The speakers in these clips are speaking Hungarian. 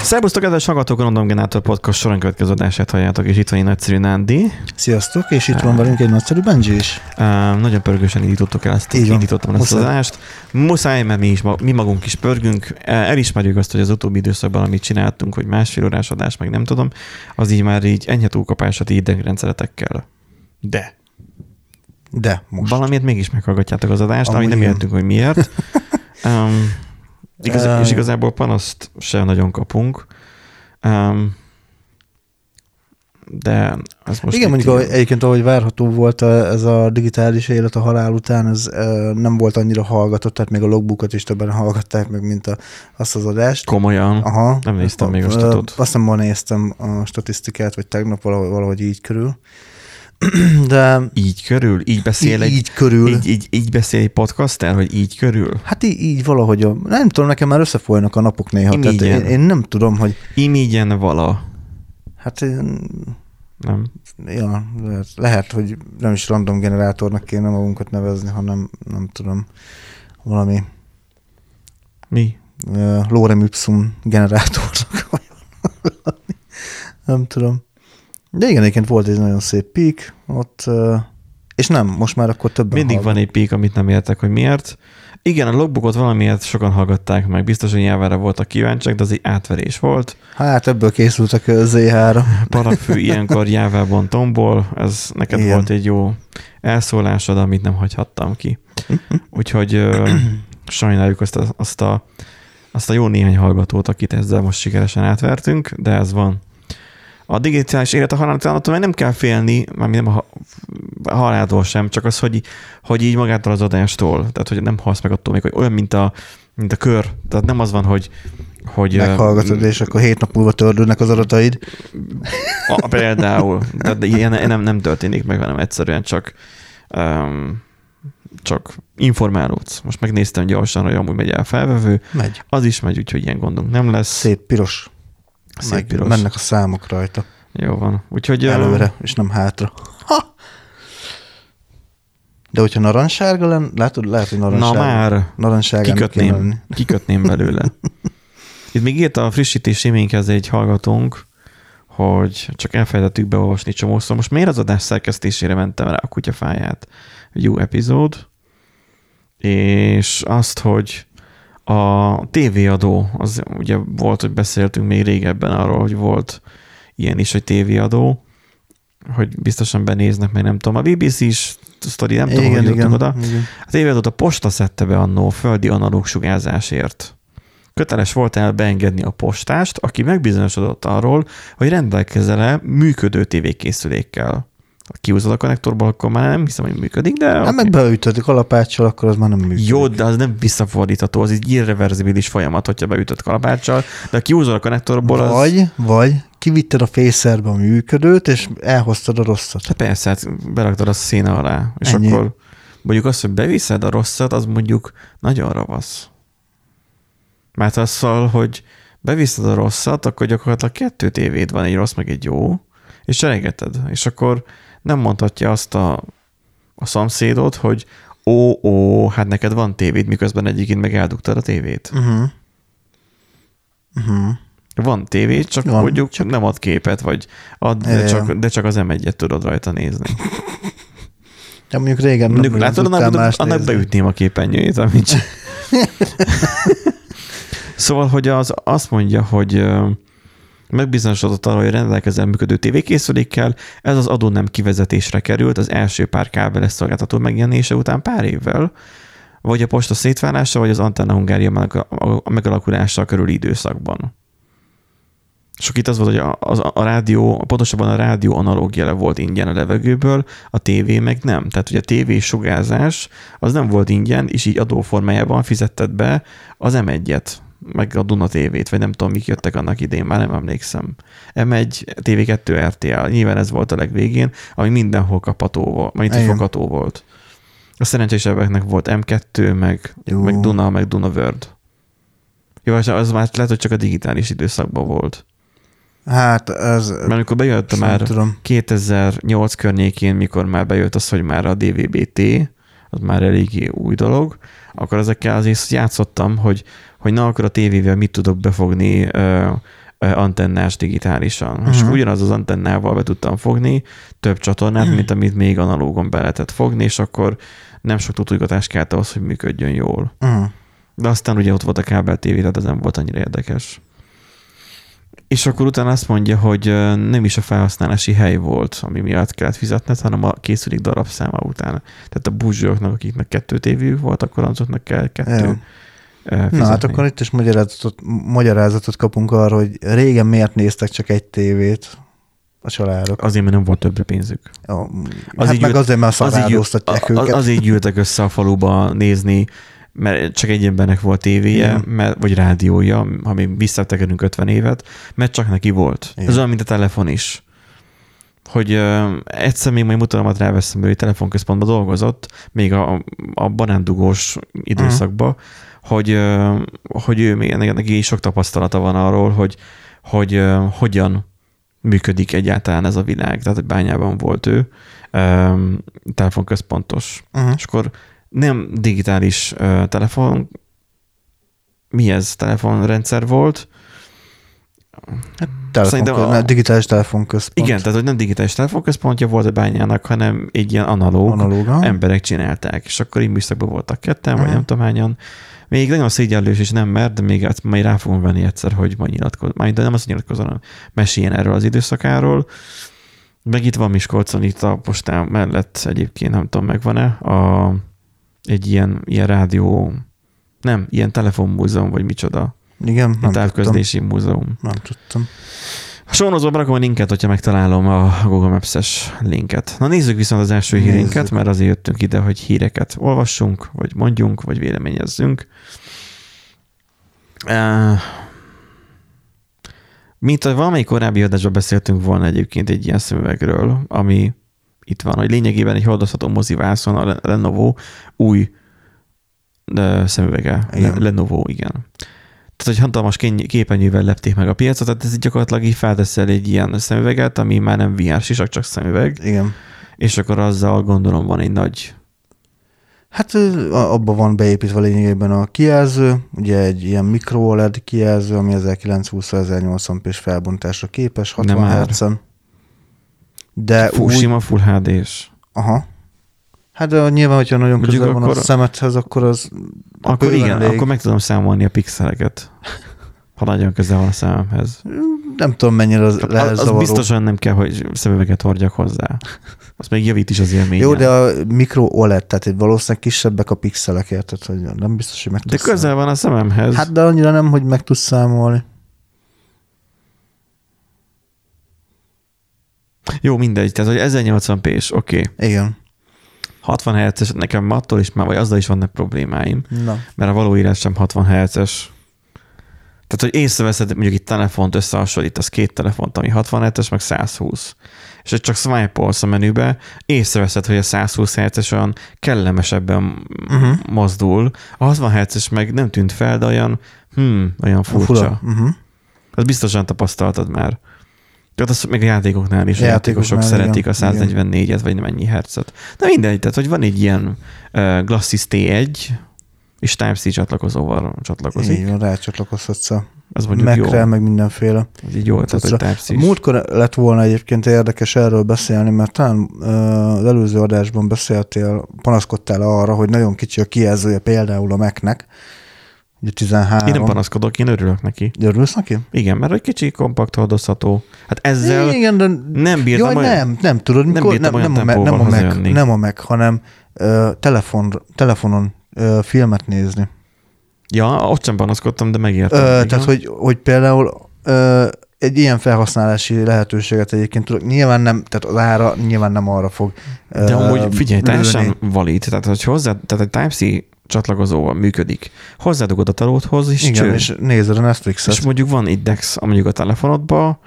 Szerbusztok, kedves hallgatók, a Random Generator Podcast soron következő adását halljátok, és itt van egy nagyszerű Nándi. Sziasztok, és itt van velünk egy nagyszerű Benji is. Nagyon pörgősen indítottam ezt az adást. Muszáj, mert mi magunk is pörgünk. Elismerjük azt, hogy az utóbbi időszakban, amit csináltunk, hogy másfél órás adás, meg nem tudom, az így már így enyhe túlkapását idegrendszeretekkel. De most. Valamiért mégis meghallgatjátok az adást, amit nem értünk, hogy miért. És igazából panaszt sem nagyon kapunk. De ez most... Igen, mondjuk egyébként, ahogy várható volt ez a digitális élet a halál után, ez nem volt annyira hallgatott, tehát még a logbookot is többen hallgatták meg, mint azt az adást. Komolyan? Aha. Nem néztem még a statot. Azt nem ma néztem a statisztikát, vagy tegnap valahogy így körül. De így körül? Így beszél így beszél egy podcaster, hogy így körül? Hát így valahogy, nem tudom, nekem már összefolynak a napok néha. Tehát én nem tudom, hogy... Imígyen vala. Hát nem. Ja, lehet, hogy nem is random generátornak kéne magunkat nevezni, hanem nem tudom, valami... Mi? Lorem ipsum generátornak. Nem tudom. De igen, egyébként volt egy nagyon szép peak ott, és nem, most már akkor többen mindig van egy peak, amit nem értek, hogy miért. Igen, a logbookot valamiért sokan hallgatták meg, biztos, hogy nyelvára voltak kíváncsiak, de az egy átverés volt. Hát ebből készült a ZH-ra. Parafű ilyenkor Jávában tombol, ez neked igen. Volt egy jó elszólásod, amit nem hagyhattam ki. Úgyhogy sajnáljuk azt a jó néhány hallgatót, akit ezzel most sikeresen átvertünk, de ez van. A digitális élet a haláltól meg nem kell félni, mármint nem a haláltól sem, csak az, hogy így magától az adástól. Tehát, hogy nem halsz meg attól még, hogy olyan, mint a kör. Tehát nem az van, hogy meghallgatod, és akkor 7 nap múlva tördülnek az adataid. Például. De ilyen nem történik meg, hanem egyszerűen csak informálódsz. Most megnéztem gyorsan, hogy amúgy megy el felvevő. Megy. Az is megy, úgyhogy ilyen gondunk nem lesz. Szép piros. Mennek a számok rajta. Jó van. Úgyhogy előre, és nem hátra. Ha! De hogyha narancssárga lenne, lehet, hogy narancssárga. Na már, narancssárgának kikötném belőle. Itt még írt a frissítés e-mainkhez egy hallgatónk, hogy csak elfelejtettük beolvasni csomószor. Most miért az adás szerkesztésére mentem rá a kutyafáját? Jó epizód. És azt, hogy a tévéadó, az ugye volt, hogy beszéltünk még régebben arról, hogy volt ilyen is, hogy tévéadó, hogy biztosan benéznek, meg nem tudom. A BBC is sztori, nem tudom, hogy jutottunk oda. Igen. A tévéadót a posta szedte be annó földi analóg sugárzásért. Köteles volt el beengedni a postást, aki megbizonyosodott arról, hogy rendelkezel-e működő tévékészülékkel. Ha kihúzod a konnektorból, akkor már nem hiszem, hogy működik, de... Hát meg beütöd kalapáccsal, akkor az már nem működik. Jó, de az nem visszafordítható, az egy irreverzibilis folyamat, hogyha beütöd kalapáccsal, de ha kihúzod a konnektorból, Vagy kivitted a fészerbe a működőt, és elhoztad a rosszat. Hát persze, hát beraktad a széna alá, és ennyi. Akkor mondjuk azt, hogy beviszed a rosszat, az mondjuk nagyon ravasz. Mert azzal, hogy beviszed a rosszat, akkor gyakorlatilag 2 tévéd van, egy rossz, meg egy jó, és cserégeted. És akkor nem mondhatja azt a szomszédot, hogy hát neked van tévéd, miközben egyébként meg eldugtad a tévét. Van tévé, csak van, mondjuk csak nem ad képet, vagy de csak az M1-et tudod rajta nézni. De mondjuk régen mondjuk látod, annak beütném a képernyőjét, amit Szóval, hogy azt mondja, hogy megbizonyosodott arra, hogy rendelkezel működő tévékészülékkel, ez az adó nem kivezetésre került az első pár kábeles szolgáltató megjelenése után pár évvel, vagy a posta szétválása, vagy az Antenna Hungária megalakulása körüli időszakban. Sok itt az volt, hogy a rádió, pontosabban a rádió analóg jele volt ingyen a levegőből, a tévé meg nem. Tehát, hogy a tévés sugárzás az nem volt ingyen, és így adóformájában fizetted be az M1-et, meg a Duna TV-t, vagy nem tudom, mik jöttek annak idén, már nem emlékszem. M1, TV2, RTL, nyilván ez volt a legvégén, ami mindenhol kapható volt, majd itt fogható volt. A szerencsésebbeknek volt M2, meg Duna, meg Duna World. Jó, az már lehet, hogy csak a digitális időszakban volt. Hát ez... Mert amikor bejött már 2008 környékén, mikor már bejött az, hogy már a DVB-T, az már eléggé új dolog, akkor ezekkel azért játszottam, hogy na, akkor a tévével mit tudok befogni antennás digitálisan. És ugyanaz az antennával be tudtam fogni több csatornát, mint amit még analógon be lehetett fogni, és akkor nem sok tutujgatás kellett ahhoz, hogy működjön jól. De aztán ugye ott volt a kábel tévé, tehát ez nem volt annyira érdekes. És akkor utána azt mondja, hogy nem is a felhasználási hely volt, ami miatt kellett fizetned, hanem a készülék darabszáma után. Tehát a búzsóknak, akiknek 2 tévéjük volt, akkor azoknak kell 2 fizetni. Na hát akkor itt is magyarázatot kapunk arra, hogy régen miért néztek csak egy tévét a családok. Azért, mert nem volt többre pénzük. Azért, mert szarádóztatják őket. Azért gyűltek össze a faluba nézni, mert csak egy embernek volt tévéje, vagy rádiója, ha még visszatekerünk 50 évet, mert csak neki volt. Igen. Ez olyan, mint a telefon is. Hogy egyszer még majd mutalomat ráveszem, hogy telefonközpontban dolgozott, még a banándugós időszakban, hogy ő még neki sok tapasztalata van arról, hogy hogyan működik egyáltalán ez a világ. Tehát egy bányában volt ő, telefonközpontos. És akkor nem digitális telefon, mi ez? Telefonrendszer volt? Digitális telefonközpont. Igen, tehát hogy nem digitális telefonközpontja volt a bányának, hanem egy ilyen analóg emberek csinálták. És akkor így műszakban voltak ketten, vagy nem tudom hányan. Még nagyon szégyenlős is nem mert, de még ezt majd rá fogom venni egyszer, hogy majd nyilatkozom. De nem azt nyilatkozom, meséljen erről az időszakáról. Meg itt van Miskolcon, itt a postán mellett egyébként, nem tudom, megvan-e, egy ilyen rádió, nem, ilyen telefonmúzeum, vagy micsoda. Igen, nem távközlési múzeum. Nem tudtam. A shownozban rakom a linket, hogyha megtalálom a Google Maps-es linket. Na nézzük viszont az első hírünket, mert azért jöttünk ide, hogy híreket olvassunk, vagy mondjunk, vagy véleményezzünk. Mint a valamelyik korábbi adásban beszéltünk volna egyébként egy ilyen szemüvegről, ami itt van, hogy lényegében egy hordozható mozivászon a Lenovo új szemüvege. Lenovo, igen. Tehát, hogy hatalmas képernyővel lepték meg a piacot, tehát ez gyakorlatilag így felteszel egy ilyen szemüveget, ami már nem VR sisak, csak szemüveg. Igen. És akkor azzal gondolom van egy nagy... Hát abban van beépítve lényegében a kijelző, ugye egy ilyen micro OLED kijelző, ami 1920x1080p-s felbontásra képes, 60 Hz-en. De sima Full HD-s. Aha. Hát de nyilván, hogyha nagyon közel van a szemedhez, akkor az... Akkor igen, akkor meg tudom számolni a pixeleket, ha nagyon közel van a szememhez. Nem tudom, mennyire lehet zavaró. Az biztosan nem kell, hogy szemüveget hordjak hozzá. Azt még javít is az élményen. Jó, de a micro OLED, tehát valószínűleg kisebbek a pixelek, érted, hogy nem biztos, hogy meg tudsz De közel van a szememhez. Hát de annyira nem, hogy meg tudsz számolni. Jó, mindegy, tehát hogy 1080p-s, oké. Igen. 60 Hz-es, nekem attól is már, vagy azzal is vannak problémáim, Na. Mert a való írás sem 60 Hz-es. Tehát, hogy észreveszed, mondjuk itt telefont összehasonlítasz 2 telefont, ami 60 Hz-es, meg 120. És hogy csak swipe-olsz a menübe, észreveszed, hogy a 120 Hz-es olyan kellemesebben mozdul. A 60 Hz-es meg nem tűnt fel, de olyan furcsa. Ez biztosan tapasztaltad már. Tehát az még a játékoknál is, a játékosok szeretik a 144-et, vagy nem ennyi hercet. De mindegy, tehát hogy van egy ilyen Glassis T1, és Type-C csatlakozóval csatlakozik. Így van, rácsatlakozhatsz a Mac-re, jó. Meg mindenféle. Ez így jó, tehát hogy Type-C is. Múltkor lett volna egyébként érdekes erről beszélni, mert talán az előző adásban panaszkodtál arra, hogy nagyon kicsi a kijelzője például a Mac-nek. Ugye 13. Én nem panaszkodok, én örülök neki. Örülsz neki? Igen, mert egy kicsi, kompakt, hordozható. Hát ezzel igen, de nem bírtam nem tudod, mikor, nem a Mac, hanem telefonon filmet nézni. Ja, ott sem panaszkodtam, de megértem. Tehát, hogy például egy ilyen felhasználási lehetőséget egyébként tudok. Nyilván nem, tehát az ára nyilván nem arra fog. De amúgy figyelj, teljesen valid. Tehát, hogy tehát egy Type-C csatlakozóval működik. Hozzádugod a telódhoz, és igen, és nézed a Netflixet. És mondjuk van egy DeX mondjuk a telefonodban,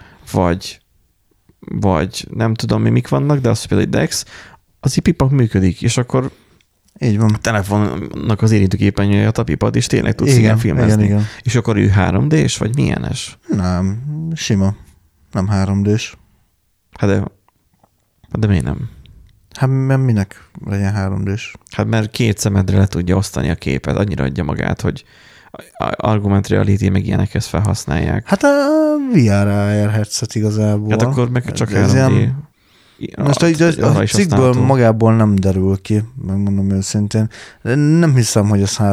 vagy nem tudom, mik vannak, de az például egy DeX, az pipa működik, és akkor így van. A telefonnak az érintőképernyője a tapipad, és tényleg tudsz ilyen filmezni. Igen. És akkor ő 3D-s, vagy milyenes? Nem, sima. Nem 3D-s. Hát de miért nem? Hát mert minek legyen 3D-s? Hát mert 2 szemedre le tudja osztani a képet, annyira adja magát, hogy Augmented Reality meg ilyenekhez felhasználják. Hát a VR AR headset igazából. Hát akkor meg csak 3D. Most a cikkből magából nem derül ki, megmondom őszintén. Nem hiszem, hogy ez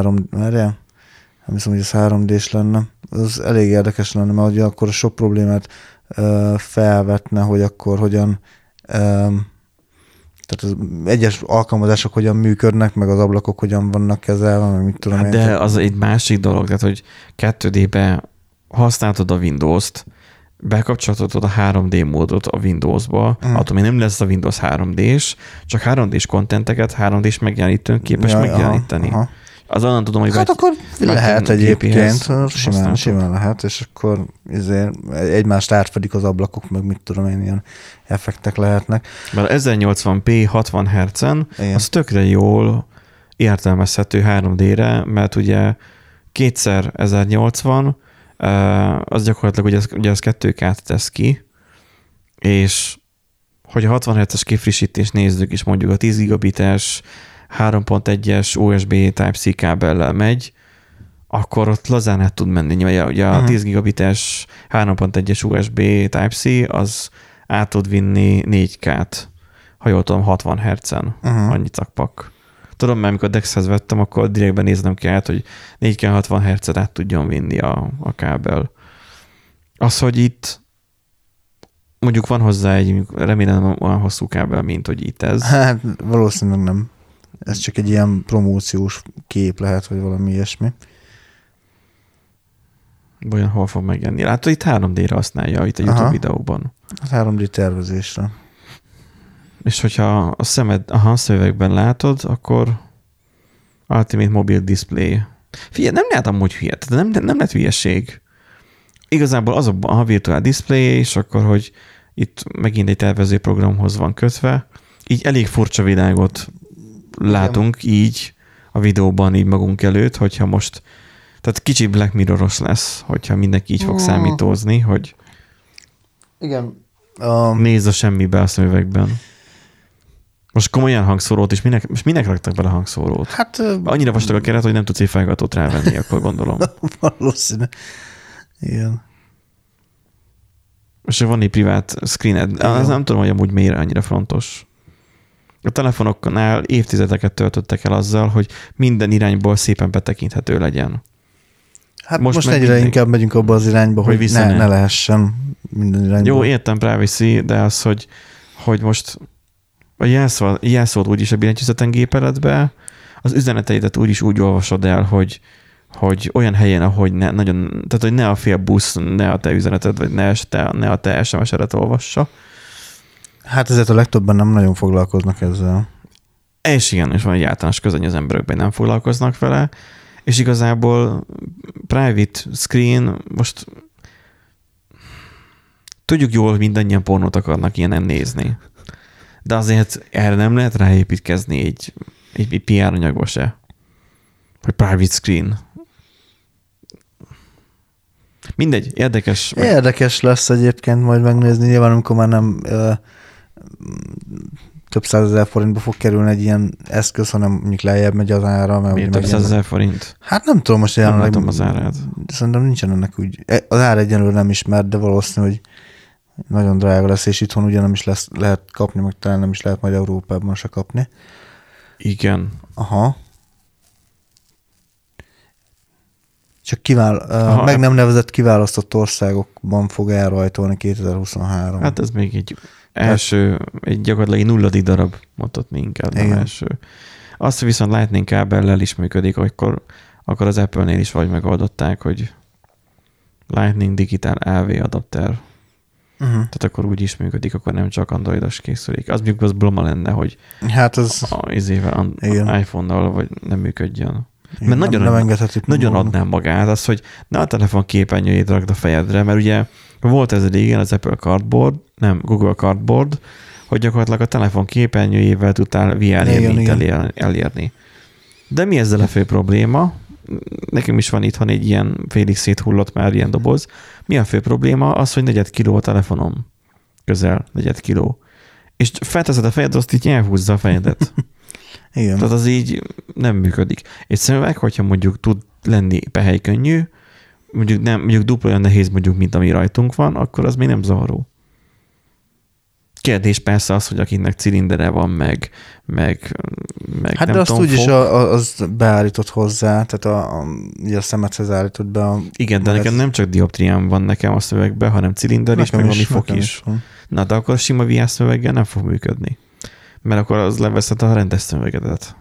3D-s lenne. Az elég érdekes lenne, mert ugye akkor sok problémát felvetne, hogy akkor hogyan tehát az egyes alkalmazások hogyan működnek, meg az ablakok hogyan vannak kezelve, meg mit tudom én. De az egy másik dolog, tehát hogy 2D-be használtad a Windows-t, bekapcsolhatod a 3D módot a Windows-ba, attól még nem lesz a Windows 3D-s, csak 3D-s kontenteket 3D-s megjelenítőn képes megjeleníteni. Aha. Az onnan tudom, hogy hát akkor lehet egyébként, simán lehet, és akkor egymást átfedik az ablakok, meg mit tudom én, ilyen effektek lehetnek. Mert 1080p 60 Hz-en az tökre jól értelmezhető 3D-re, mert ugye 2x1080 az gyakorlatilag ugye az 2K-t tesz ki, és hogy a 60 Hz-es kifrissítést nézzük, és mondjuk a 10 gigabites 3.1-es USB Type-C kábellel megy, akkor ott lazán át tud menni. Ugye a 10 gigabites 3.1-es USB Type-C az át tud vinni 4K-t, ha jól tudom, 60 Hz-en. Annyi cakpak. Tudom, mert amikor Dexhez vettem, akkor direktben néznem kellett, hogy 4K 60 Hz-et át tudjon vinni a kábel. Az, hogy itt mondjuk van hozzá egy, remélem olyan hosszú kábel, mint hogy itt ez. Hát valószínűleg nem. Ez csak egy ilyen promóciós kép lehet, vagy valami ilyesmi. Olyan hol fog megjelenni? Látod, itt 3D-re használja itt a YouTube videóban. 3D tervezésre. És hogyha a szövegben látod, akkor Ultimate Mobile Display. Figyelj, nem lehet amúgy hülye, nem lett hülyeség. Igazából az a virtuál display, és akkor, hogy itt megint egy tervezőprogramhoz van kötve, így elég furcsa világot látunk így a videóban így magunk előtt, hogyha most, tehát kicsi Black Mirror-os lesz, hogyha mindenki így fog számítózni, hogy igen. Nézz a semmibe a szövegben. Most komolyan hangszórót is, minek raktak bele hangszórót? Hát... Annyira vastag a keret, hogy nem tudsz egy felgatót rávenni, akkor gondolom. Valószínű. Igen. És van egy privát screened. Az nem tudom, hogy amúgy miért annyira fontos. A telefonoknál évtizedeket töltöttek el azzal, hogy minden irányból szépen betekinthető legyen. Hát most egyre inkább megyünk abba az irányba, hogy ne lehessen minden irányba. Jó, értem privacy, de az, hogy most a jelszót úgyis a billentyűzeten gépeletbe, az üzeneteidet úgyis úgy olvasod el, hogy olyan helyen, ahogy tehát hogy ne a fél busz, ne a te üzeneted, vagy ne a te SMS-edet olvassa. Hát ezért a legtöbben nem nagyon foglalkoznak ezzel. És igen, és van egy általános közöny az emberekben, nem foglalkoznak vele, és igazából private screen, most tudjuk jól, hogy mindannyian pornót akarnak ilyenen nézni. De azért erre nem lehet ráépítkezni egy PR anyagba se. Hogy private screen. Mindegy, érdekes. Érdekes lesz egyébként majd megnézni. Nyilván, amikor már nem több 100 000 forintba fog kerülni egy ilyen eszköz, hanem mondjuk lejjebb megy az ára. Miért több 100 000 forint? Hát nem tudom most jelenleg. Nem az árát. Szerintem nincsen ennek úgy. Az ár egyenlőre nem ismert, de valószínű, hogy nagyon drága lesz, és itthon ugye nem is lehet kapni, meg talán nem is lehet majd Európában se kapni. Igen. Aha. Csak meg nem nevezett kiválasztott országokban fog elrajtolni 2023. Hát ez még egy egy gyakorlatilag nulladik darab, mondhatni inkább, nem első. Azt viszont Lightning kábellel is működik, akkor az Apple-nél is vagy megoldották, hogy Lightning Digital AV adapter. Tehát akkor úgy is működik, akkor nem csak androidos készülék. Az mondjuk az bloma lenne, hogy hát az iPhone-nal vagy nem működjön. Mert nagyon adnám magát az, hogy ne a telefon képernyőjét rakd a fejedre, mert ugye volt ez régen az Apple Cardboard, nem, Google Cardboard, hogy gyakorlatilag a telefon képernyőjével tudtál VR élményt elérni. De mi ezzel a fő probléma? Nekem is van itthon egy ilyen félig széthullott már ilyen doboz. Mi a fő probléma? Az, hogy 4 kiló a telefonom. Közel 4 kiló. És felteszed a fejed, azt így elhúzza a fejedet. Igen. Tehát az így nem működik. Egy szöveg, hogyha mondjuk lenni pehely-könnyű, mondjuk dupla olyan nehéz mondjuk, mint ami rajtunk van, akkor az még nem zavaró. Kérdés persze az, hogy akinek cilindere van, meg hát nem de azt tudom, úgyis az beállított hozzá, tehát a szemethez állított be. Igen, de nekem nem csak dioptriám van nekem a szövegben, hanem cilinder is, meg valami fok is. Na, de akkor sima viászszöveggel nem fog működni. Mert akkor az leveszed a rendes szövegedet.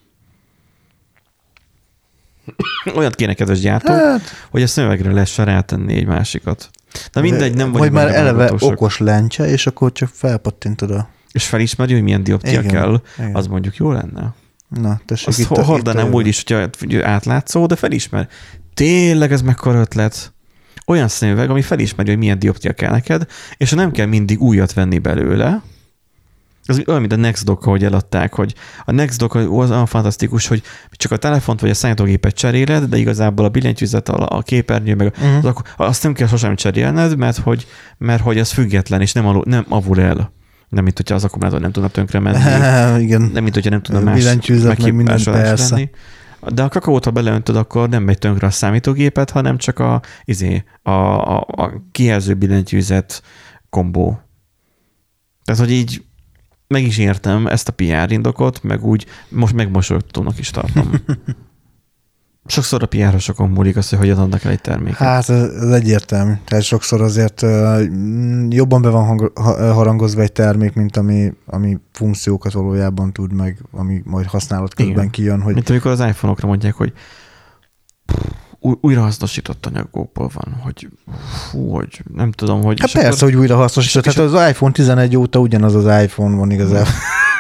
Olyat kéne, kedves gyártó, hogy a szövegre lehessen rátenni egy másikat. De mindegy, nem vagy. Vagy már eleve okos lencse, és akkor csak felpattintod a... És felismeri, hogy milyen dioptria kell, igen. Az mondjuk jó lenne. Na, tessék, azt hordanám úgy is, hogy átlátszó, de felismer. Tényleg ez mekkora ötlet? Olyan szemüveg, ami felismeri, hogy milyen dioptria kell neked, és nem kell mindig újat venni belőle. Az olyan, mint a Nextdoc, ahogy eladták, hogy a Nextdoc az olyan fantasztikus, hogy csak a telefont vagy a számítógépet cseréled, de igazából a billentyűzet, a képernyő, meg azt nem kell sosem cserélned, mert hogy az független, és nem avul el. Nem, mint hogyha az akkumulátor nem tudna tönkre menni. Igen. Nem, mint hogyha nem tudna más meghibásolás lenni. De a kakaót, ha beleöntöd, akkor nem megy tönkre a számítógépet, hanem csak a kijelző billentyűzet kombó. Tehát, hogy így meg is értem ezt a PR indokot, meg úgy most megmosolyogtónak is tartom. Sokszor a PR-osokon múlik az, hogy hogyan adnak el egy terméket. Hát ez egyértelmű. Tehát sokszor azért jobban be van harangozva egy termék, mint ami funkciókat valójában tud, meg ami majd használat közben kijön. Hogy... Mint amikor az iPhone-okra mondják, hogy újrahasznosított anyagokból van, hogy nem tudom, hogy... Hát persze, hogy újrahasznosított. Hát az iPhone 11 óta ugyanaz az iPhone van igazából.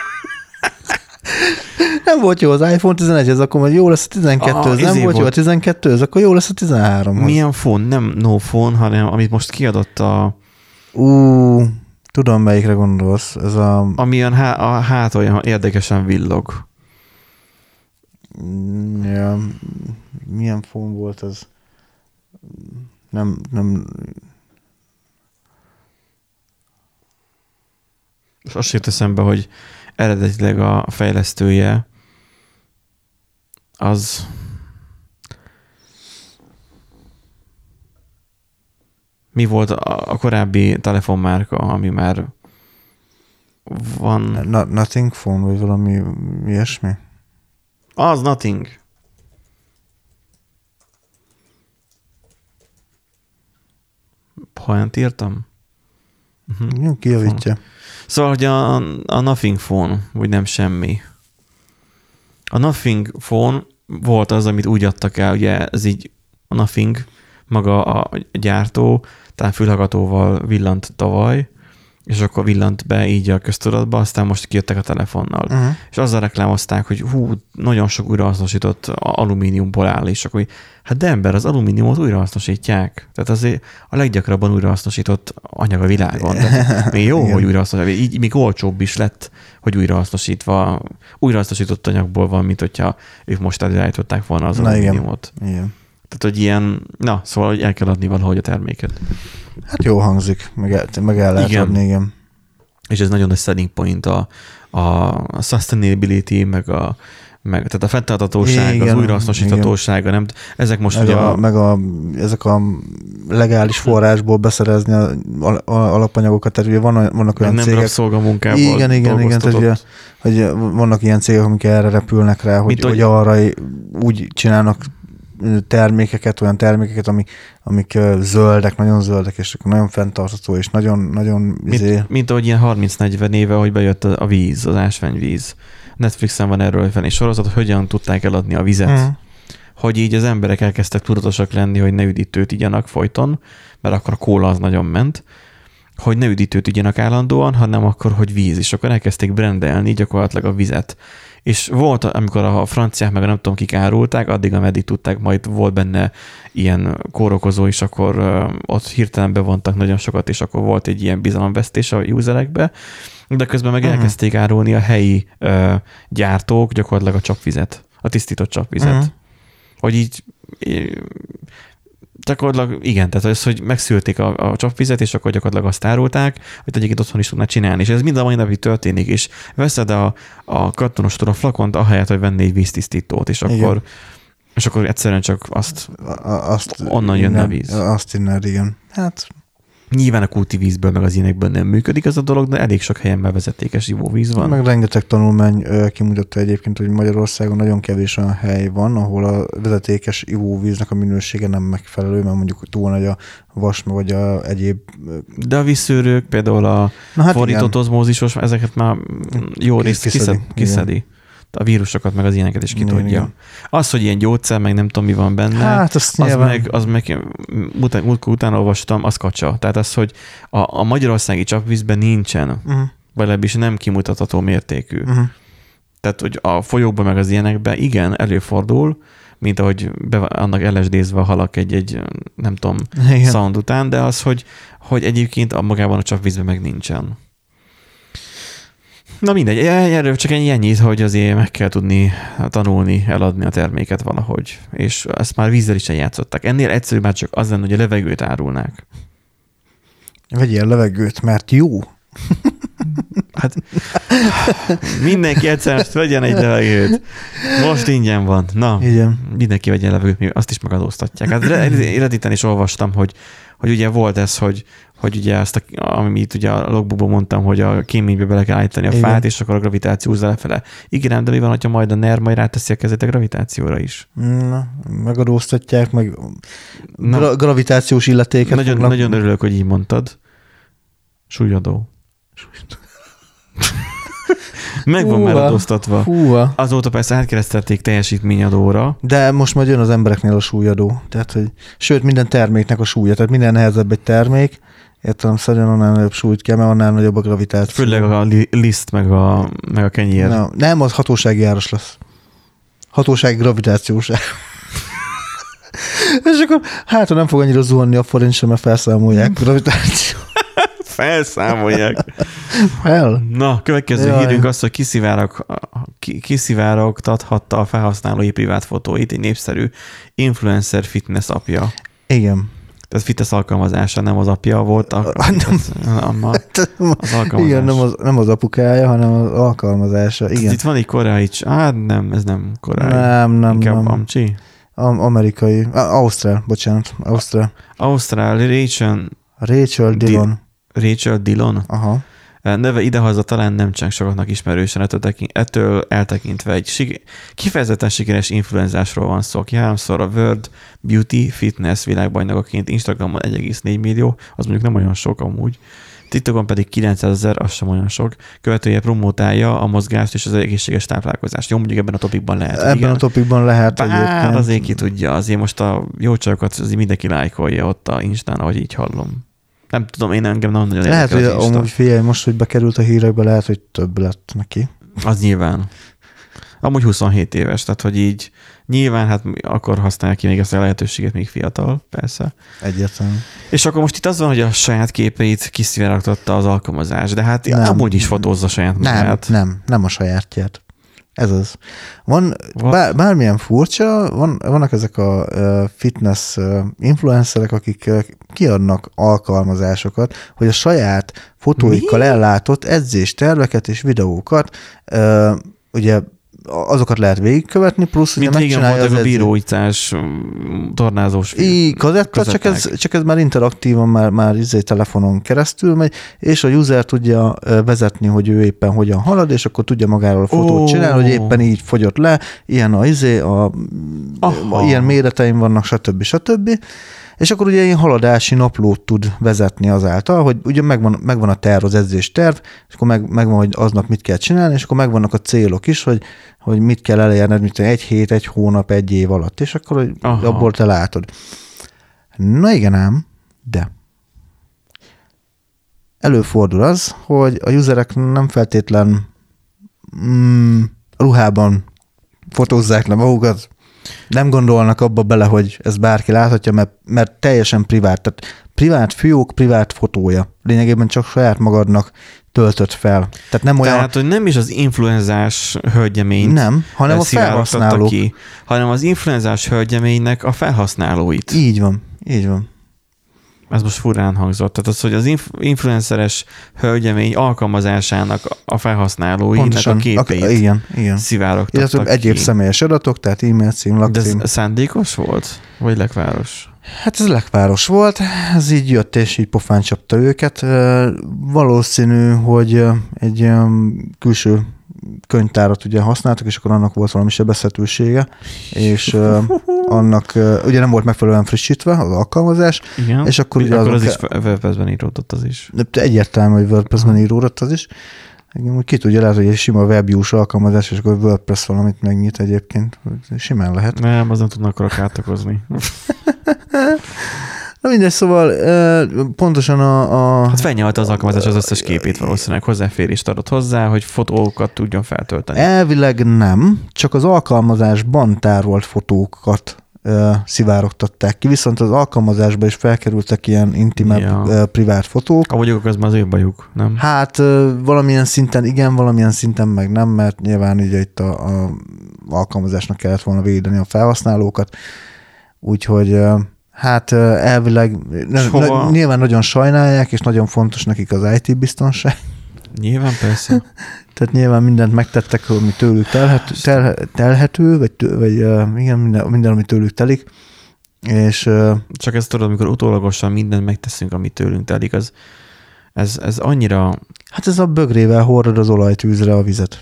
Nem volt jó az iPhone 11, ez akkor jó lesz a 12, ez nem volt jó a 12, ez akkor jó lesz a 13. Milyen phone? Nem no phone, hanem amit most kiadott a... Tudom, melyikre gondolsz. Ez ami a hát olyan érdekesen villog. Ja, milyen phone volt ez? Nem... És azt jött eszembe, hogy eredetileg a fejlesztője az mi volt a korábbi telefonmárka, ami már van... Nothing Phone, vagy valami ilyesmi? Az Nothing. Hogyan írtam? Jó, kijavítja. Szóval, hogy a Nothing Phone, úgy nem semmi. A Nothing Phone volt az, amit úgy adtak el, ugye ez így a Nothing, maga a gyártó, talán fülhallgatóval villant tavaly, és akkor villant be így a köztudatba, aztán most kijöttek a telefonnal. És azzal reklámozták, hogy nagyon sok újrahasznosított alumíniumból áll, és akkor hát de ember, az alumíniumot újrahasznosítják. Tehát azért a leggyakrabban újrahasznosított anyag a világon. Még jó, hogy újrahasznosítják. Így még olcsóbb is lett, hogy újrahasznosított anyagból van, mint hogyha ők most előállították volna az alumíniumot. Igen. Tehát, hogy ilyen, szóval, hogy el kell adni valahogy a terméket. Hát jó hangzik, meg el lehet adni, igen. És ez nagyon nagy selling point a sustainability, tehát a fenntarthatóság, az újrahasznosíthatósága, nem? Ezek most ugye ezek a legális forrásból beszerezni alapanyagokat, tehát ugye vannak olyan nem cégek... rabszolgamunkával Igen, tehát hogy vannak ilyen cégek, amik erre repülnek rá, hogy arra úgy csinálnak olyan termékeket, amik zöldek, nagyon zöldek, és nagyon fenntartható, és nagyon mint ahogy ilyen 30-40 éve, hogy bejött a víz, az ásványvíz. Netflixen van erről egy sorozat, hogy hogyan tudták eladni a vizet. Hogy így az emberek elkezdtek tudatosak lenni, hogy ne üdítőt igyanak folyton, mert akkor a kóla az nagyon ment, hogy ne üdítőt igyanak állandóan, hanem akkor, hogy víz. És akkor elkezdték brandelni gyakorlatilag a vizet. És volt, amikor a franciák meg a nem tudom kik árulták, addig, ameddig tudták, majd volt benne ilyen kórokozó, és akkor ott hirtelen bevontak nagyon sokat, és akkor volt egy ilyen bizalomvesztés a userekbe, de közben meg elkezdték árulni a helyi gyártók gyakorlatilag a csapvizet, a tisztított csapvizet. Hogy így gyakorlatilag igen, tehát az, hogy megszülték a csapvizet, és akkor gyakorlatilag azt árulták, hogy egyébként otthon is tudná csinálni. És ez mind a mai napig történik, és veszed a kartonostól a flakont, ahelyett, hogy venné egy víztisztítót, és akkor És akkor egyszerűen csak azt onnan jönne a víz. Azt innen, igen. Hát... Nyilván a kúti vízből, meg az ilyenekből nem működik ez a dolog, de elég sok helyen már vezetékes ivóvíz van. Meg rengeteg tanulmány kimutatta egyébként, hogy Magyarországon nagyon kevés olyan hely van, ahol a vezetékes ivóvíznek a minősége nem megfelelő, mert mondjuk túl nagy a vas, vagy a egyéb... De a vízszűrők, például a fordított ozmózisos, ezeket már jó részt kiszedi. A vírusokat, meg az ilyeneket is ki tudja. Igen. Az, hogy ilyen gyógyszer, meg nem tudom, mi van benne, hát az meg utána olvastam, az kacsa. Tehát az, hogy a magyarországi csapvízben nincsen, vagy legalábbis nem kimutatható mértékű. Tehát, hogy a folyókban, meg az ilyenekben igen, előfordul, mint ahogy annak LSD-zve a halak egy nem tudom, sound után, de az, hogy egyébként magában a csapvízben meg nincsen. Na mindegy, erről csak ennyit, hogy azért meg kell tudni tanulni, eladni a terméket valahogy. És ezt már vízzel is eljátszották. Ennél egyszerűbb már csak az lenne, hogy a levegőt árulnák. Vegyél levegőt, mert jó. Hát mindenki egyszer vegyen egy levegőt. Most ingyen van. Na, igen. Mindenki vegyen levegőt, azt is megadóztatják. Hát Redditen is olvastam, hogy ugye volt ez, hogy ugye azt, amit ugye a logbookban mondtam, hogy a kéménybe bele kell állítani a fát, és akkor a gravitáció húzza lefele. Igen, de mi van, hogyha majd a NER majd ráteszi a kezét a gravitációra is? Na, megadóztatják, meg gravitációs illetéket. Nagyon örülök, hogy így mondtad. Súlyadó. Meg van már adóztatva. Azóta persze átkeresztelték teljesítményadóra. De most majd jön az embereknél a súlyadó. Tehát, hogy, sőt, minden terméknek a súlya. Tehát minden nehezebb egy termék. Értelemszerűen annál nagyobb súlyt kell, mert annál nagyobb a gravitáció. Főleg a liszt, meg a kenyér. Nem, az hatósági áras lesz. Hatósági gravitációs áras. És akkor ha nem fog annyira zuhanni a forint sem, mert felszámolják gravitáció. Felszámolják. Na, következő hírünk az, hogy kiszivárogtathatta a felhasználói privát fotóit egy népszerű influencer fitness apja. Igen. Tehát fitness alkalmazása, nem az apja volt, az alkalmazás. Igen, nem az apukája, hanem az alkalmazása. Igen. Itt van egy koreai, nem, ez nem koreai. Nem. Inkább amcsi? Amerikai, Ausztrál, bocsánat, Ausztrál. Ausztrál, Rachel Dillon. Rachel Dillon? Aha. Neve idehaza talán nem csak sokaknak ismerősen, ettől eltekintve egy kifejezetten sikeres influenzásról van szó, aki 3-szor a World Beauty Fitness világbajnokaként Instagramon 1,4 millió, az mondjuk nem olyan sok amúgy, TikTokon pedig 900 000, az sem olyan sok, követője promótálja a mozgást és az egészséges táplálkozást. Jó, mondjuk ebben a topikban lehet. Ebben a topikban lehet. Bár azért ki tudja, azért most a jó csajokat azért mindenki lájkolja ott a Instán, ahogy így hallom. Nem tudom, én engem nem nagyon lehet, hogy amúgy figyelj, most, hogy bekerült a hírekbe, lehet, hogy több lett neki. Az nyilván. Amúgy 27 éves, tehát hogy így nyilván hát akkor használja ki még ezt a lehetőséget, még fiatal, persze. Egyértelmű. És akkor most itt az van, hogy a saját képeit kiszivárogtatta az alkalmazás, de hát amúgy is fotózza saját magát. Nem a sajátját. Ez az. Van, bármilyen furcsa, vannak ezek a fitness influencerek, akik kiadnak alkalmazásokat, hogy a saját fotóikkal ellátott edzésterveket és videókat ugye azokat lehet végigkövetni, plusz ugye megcsinálja az a bíróítás tornázós csak ez már interaktívan, már telefonon keresztül megy, és a user tudja vezetni, hogy ő éppen hogyan halad, és akkor tudja magáról a fotót csinálni, hogy éppen így fogyott le, ilyen ilyen méreteim vannak, stb. És akkor ugye ilyen haladási naplót tud vezetni azáltal, hogy ugye megvan a terv, az edzésterv, és akkor megvan, hogy aznap mit kell csinálni, és akkor megvannak a célok is, hogy mit kell elérned, mint egy hét, egy hónap, egy év alatt, és akkor abból te látod. Na igen ám, de előfordul az, hogy a userek nem feltétlen ruhában fotózzák le magukat, nem gondolnak abba bele, hogy ez bárki láthatja, mert teljesen privát. Tehát privát fiók, privát fotója. Lényegében csak saját magadnak töltött fel. Tehát nem olyan... Tehát, hogy nem is az influenzás hölgyeményt nem, hanem a felhasználók. Ki, hanem az influenzás hölgyeménynek a felhasználóit. Így van. Ez most furán hangzott. Tehát az, hogy az influenceres hölgyemény alkalmazásának a felhasználóinak pontosan, a képeit igen. szivárogtattak illetve egyéb személyes adatok, tehát e-mail cím, lakcím. De ez szándékos volt? Vagy lekváros? Hát ez lekváros volt, ez így jött és így pofán csapta őket. Valószínű, hogy egy külső könyvtárat ugye használtak, és akkor annak volt valami sebezhetősége, és annak ugye nem volt megfelelően frissítve az alkalmazás. Igen. És akkor ugye az is WordPress-ben íródott az is. Egyértelmű, hogy WordPress-ben íródott az is. Ki tudja, lehet, hogy egy sima WebView-s alkalmazás, és akkor WordPress valamit megnyit egyébként. Simán lehet. Nem, az nem tudnak akkor kátokozni. Na mindegy, szóval pontosan Hát felnyalta az alkalmazás az összes képét valószínűleg, hozzáférést adott hozzá, hogy fotókat tudjon feltölteni. Elvileg nem, csak az alkalmazásban tárolt fotókat szivárogtatták ki, viszont az alkalmazásban is felkerültek ilyen intimebb, privát fotók. A vagyok, az már az ő bajuk, nem? Hát valamilyen szinten igen, valamilyen szinten meg nem, mert nyilván ugye itt a alkalmazásnak kellett volna védeni a felhasználókat, úgyhogy hát elvileg nyilván nagyon sajnálják, és nagyon fontos nekik az IT-biztonság. Nyilván persze. Tehát nyilván mindent megtettek, ami tőlük telhető, vagy igen, minden, ami tőlük telik. És, csak ezt tudod, amikor utólagosan mindent megteszünk, ami tőlünk telik, ez annyira... Hát ez a bögrével hordod az olajtűzre a vizet.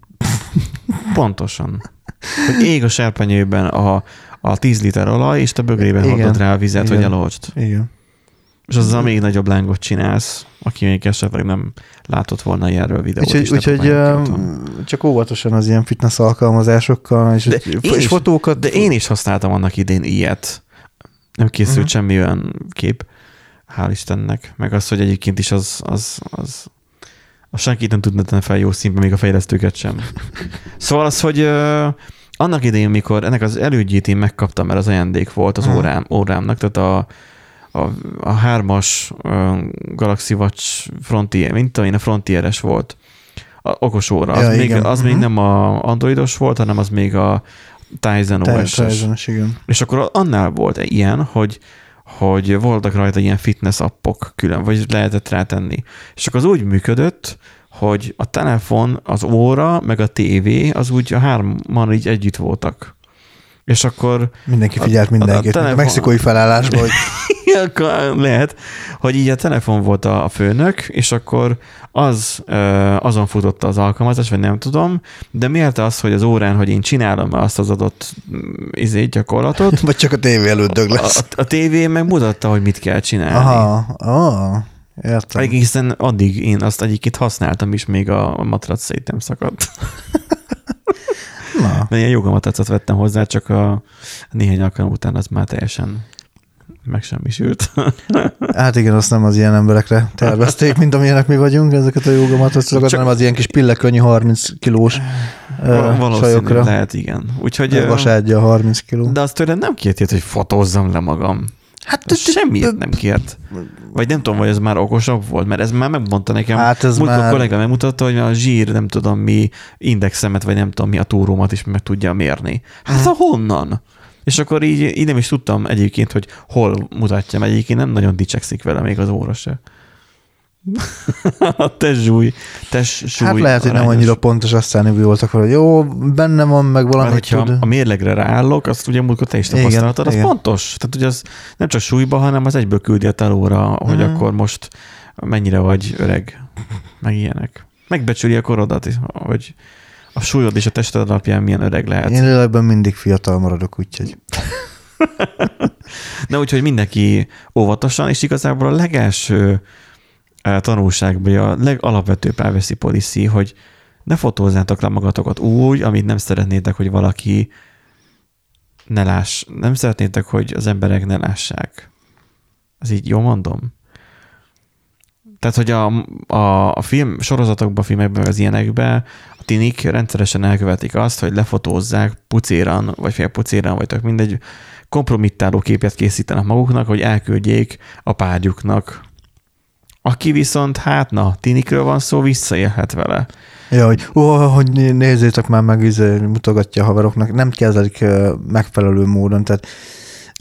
Pontosan. Hogy ég a serpenyőben a 10 liter olaj, és te bögrében hordod rá a vizet, hogy eloltsd. Igen. És azzal még nagyobb lángot csinálsz, aki még esetleg nem látott volna ilyenről videót. Úgyhogy csak óvatosan az ilyen fitness alkalmazásokkal, és fotókat. De én is használtam annak idén ilyet. Nem készült semmi olyan kép. Hál' Istennek. Meg az, hogy egyébként is az senkit nem tudna tenni fel jó színben, még a fejlesztőket sem. Szóval az, hogy annak idején, mikor ennek az elődjét én megkaptam, mert az ajándék volt az órámnak, tehát a 3-as Galaxy Watch Frontier, mint tudom én, a Frontieres volt, a okos óra. Az még nem a androidos volt, hanem az még a Tizen OS-es. És akkor annál volt ilyen, hogy voltak rajta ilyen fitness appok külön, vagy lehetett rátenni. És akkor az úgy működött, hogy a telefon, az óra, meg a tévé, az úgy a 3-man így együtt voltak. És akkor... Mindenki figyelt mindenkit, a mexikói felállásban, hogy... Lehet, hogy így a telefon volt a főnök, és akkor azon futotta az alkalmazás, vagy nem tudom, de mérte az, hogy az órán, hogy én csinálom azt az adott gyakorlatot. Vagy csak a tévé előtt dög lesz. A tévé meg mutatta, hogy mit kell csinálni. Értem. Egészen addig én azt egyébként használtam is, még a matrac szét nem szakadt. Mert ilyen jogamatracot vettem hozzá, csak a néhány alkalom után az már teljesen megsemmisült. Hát igen, azt nem az ilyen emberekre tervezték, mint amilyenek mi vagyunk, ezeket a jogamatracokat, hanem az ilyen kis pillekönnyű 30 kilós sajokra. Lehet, igen. Úgyhogy... Vasádja 30 kiló. De azt tőled nem kért, hogy fotózzam le magam. Hát semmiért nem kért. Vagy nem tudom, hogy ez már okosabb volt, mert ez már megmondta nekem. Hát ez múltkor kollega megmutatta, hogy a zsír, nem tudom mi, indexemet, vagy nem tudom mi, a túrómat is meg tudja mérni. Hát honnan? És akkor így nem is tudtam egyébként, hogy hol mutatja, mert egyébként nem nagyon dicsekszik vele még az óra se. A testsúly. Hát lehet, hogy nem annyira pontos, aztán voltak, hogy jó, benne van, meg valamit tud. Ha a mérlegre ráállok, azt ugye múltkor te is tapasztaltad, az pontos. Tehát ugye az nem csak súlyba, hanem az egyből küldi a telóra, hogy akkor most mennyire vagy öreg, meg ilyenek. Megbecsüli a korodat, hogy a súlyod és a tested alapján milyen öreg lehet. Én lélekben mindig fiatal maradok, úgyhogy... Na úgyhogy mindenki óvatosan, és igazából a legelső tanulságban a legalapvetőbb privacy policy, hogy ne fotózzátok le magatokat úgy, amit nem szeretnétek, hogy valaki ne láss. Nem szeretnétek, hogy az emberek ne lássák. Ez így jól mondom? Tehát, hogy a film sorozatokban, filmekben, az ilyenekben a tinik rendszeresen elkövetik azt, hogy lefotózzák pucéran, vagy félpucéran, vagy tök mindegy, kompromittáló képet készítenek maguknak, hogy elküldjék a párjuknak. Aki viszont, tinikről van szó, visszaélhet vele. Ja, hogy nézzétek már meg, mutogatja a haveroknak, nem kezelik megfelelő módon, tehát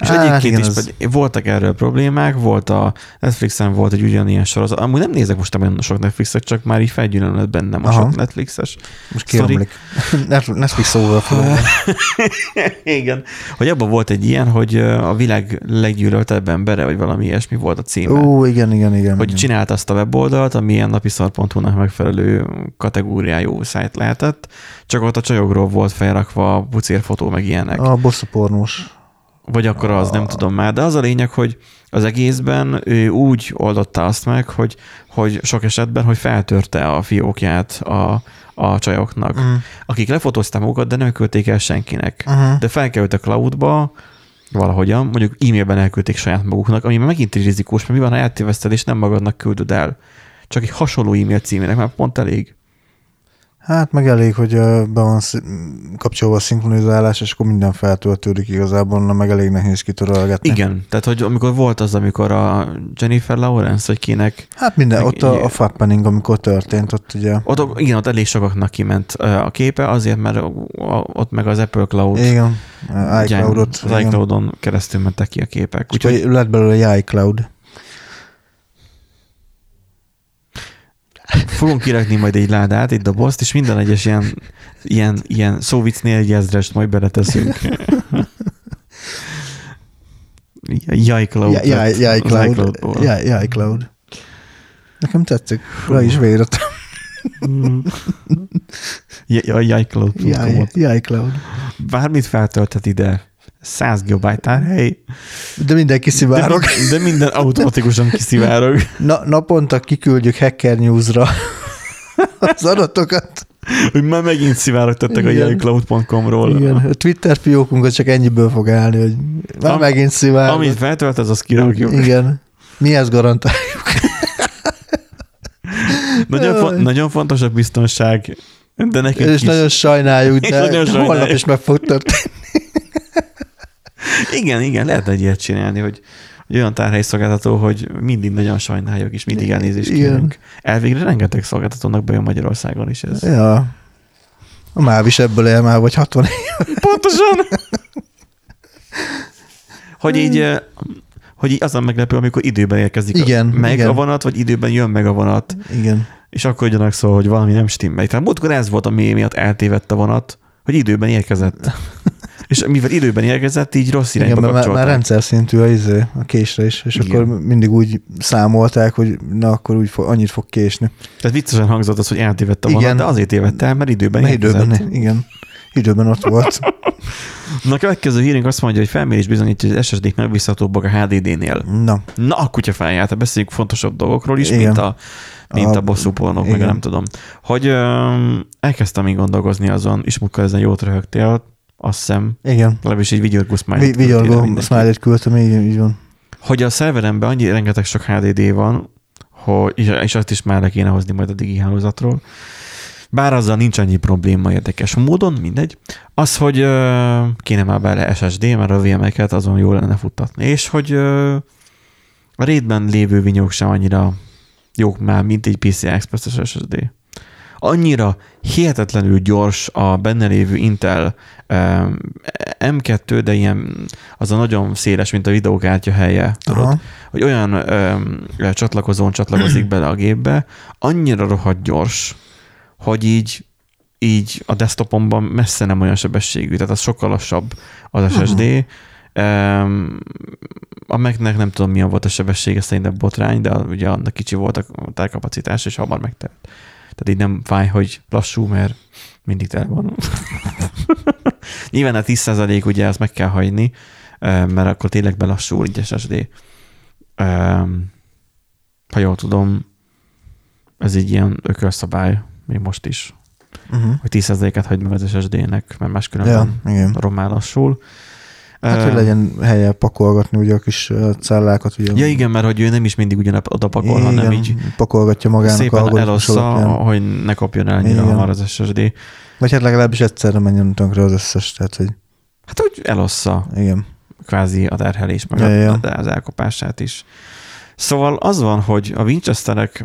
És egyébként is voltak erről problémák, volt a Netflixen volt egy ugyanilyen sorozat. Amúgy nem nézek most olyan sok Netflixet, csak már így felgyűlölött bennem a sok Netflixes. Most kiomlik. Netflix overflow. Igen. Hogy abban volt egy ilyen, hogy a világ leggyűlöltebb embere, vagy valami ilyesmi volt a címe. Igen. Hogy csinált azt a weboldalt, ami ilyen napiszar.hu-nak megfelelő kategóriájú szájt lehetett, csak ott a csajokról volt felrakva pucérfotó, meg ilyenek. A bosszúpornós. Vagy akkor az, nem tudom már. De az a lényeg, hogy az egészben ő úgy oldotta azt meg, hogy sok esetben, hogy feltörte a fiókját a csajoknak, akik lefotózták magukat, de nem küldték el senkinek. De felkerült a cloudba, valahogyan, mondjuk e-mailben elküldték saját maguknak, ami megint egy rizikós, mert mi van, ha eltéveszted, és nem magadnak küldöd el. Csak egy hasonló e-mail címének már pont elég. Hát meg elég, hogy be van kapcsolva a szinkronizálás, és akkor minden feltöltődik igazából, meg elég nehéz kitörölgetni. Igen, tehát hogy amikor volt az, amikor a Jennifer Lawrence, vagy kinek... Hát minden, ott a fappening, amikor történt, ott ugye... Ott elég sokaknak kiment a képe, azért, mert ott meg az Apple Cloud... Igen, iCloud-ot. Az iCloud-on keresztül mentek ki a képek. Úgyhogy lett belőle egy iCloud. Fogunk kirakni majd egy ládát, egy dobozt, és minden egyes ilyen szóvicnél egy ezrest majd beleteszünk. iCloud. iCloud. Nekem tetszik. Rá is véret. iCloud. Bármit feltölthet ide. 100 GB tárhely. De minden kiszivárog. De minden automatikusan kiszivárog. Naponta kiküldjük Hacker News-ra az adatokat. Hogy már megint szivárogtattak a iCloud.com-ról. Igen, a Twitter fiókunkat csak ennyiből fog állni, hogy már megint szivárog. Amit feltöltesz, azt kirakjuk. Igen. Mi ezt garantáljuk? Nagyon fontos a biztonság, de nekünk és is. Nagyon sajnáljuk, de holnap is meg fog történni. Igen, lehet egy ilyet csinálni, hogy olyan tárhelyszolgáltató, hogy mindig nagyon sajnáljuk, és mindig elnézést kérünk. Elvégre rengeteg szolgáltatónak bejön Magyarországon is ez. Ja. A MÁV is ebből él már, vagy 60 év. Pontosan! hogy így azon meglepő, amikor időben érkezik a vonat, vagy időben jön meg a vonat. Igen. És akkor jönnek szó, hogy valami nem stimmel. Tehát múltkor ez volt, ami miatt eltévedt a vonat, hogy időben érkezett. És mivel időben érkezett, így rossz irányba kapcsolták. Már rendszer szintű a késre is, és igen. Akkor mindig úgy számolták, hogy na akkor úgy annyit fog késni. Tehát viccesen hangzott az, hogy eltévedt a vonat, de azért tévedt el, mert időben érkezett. Időben ott volt. Na a következő hírünk azt mondja, hogy felmérés bizonyítja, hogy az SSD-k megbízhatóbbak a HDD-nél. Na a kutya feljárta, beszéljünk fontosabb dolgokról is, mint a bosszúpornók, meg nem tudom. Hogy elkezdtem így gondolkozni azon, és múltkor ezen jót röhögtél, azt hiszem. Igen. Legalábbis egy vigyorgó smiley-t smiley-t küldtem, így van. Hogy a szerveremben annyi rengeteg sok HDD van, és azt is már le kéne hozni majd a digi hálózatról. Bár azzal nincs annyi probléma érdekes módon, mindegy. Az, hogy kéne már bele SSD, mert a VM-eket azon jól lenne futtatni. És hogy a RAID-ben lévő vinyók sem annyira jók már, mint egy PCI Express-es SSD. Annyira hihetetlenül gyors a benne lévő Intel M2, de ilyen az a nagyon széles, mint a videókártya helye, tudod, hogy olyan csatlakozón csatlakozik bele a gépbe, annyira rohadt gyors, hogy így a desktopomban messze nem olyan sebességű, tehát az sokkal lassabb az SSD. A Mac-nek nem tudom milyen volt a sebessége, szerintem botrány, de ugye annak kicsi volt a tárkapacitás, és hamar megtelt. Tehát így nem fáj, hogy lassú, mert mindig tel van. Nyilván a 10% ugye azt meg kell hagyni, mert akkor tényleg belassul így SSD. Ha jól tudom, ez egy ilyen ökölszabály, még most is, hogy 10%-et hagyd meg az SSD-nek, mert máskülönben rommá lassul. Hát, hogy legyen helye pakolgatni ugye a kis cellákat. Ugye. Ja igen, mert hogy ő nem is mindig ugyanoda pakol, hanem így pakolgatja magának. Szépen elossza, hogy ne kapjon el annyira hamar az SSD. Vagy hát legalábbis egyszerre menjen tönkre az összes. Tehát, hogy... Hát úgy elossza. Igen. Kvázi a terhelés, meg az elkopását is. Szóval az van, hogy a Winchesterek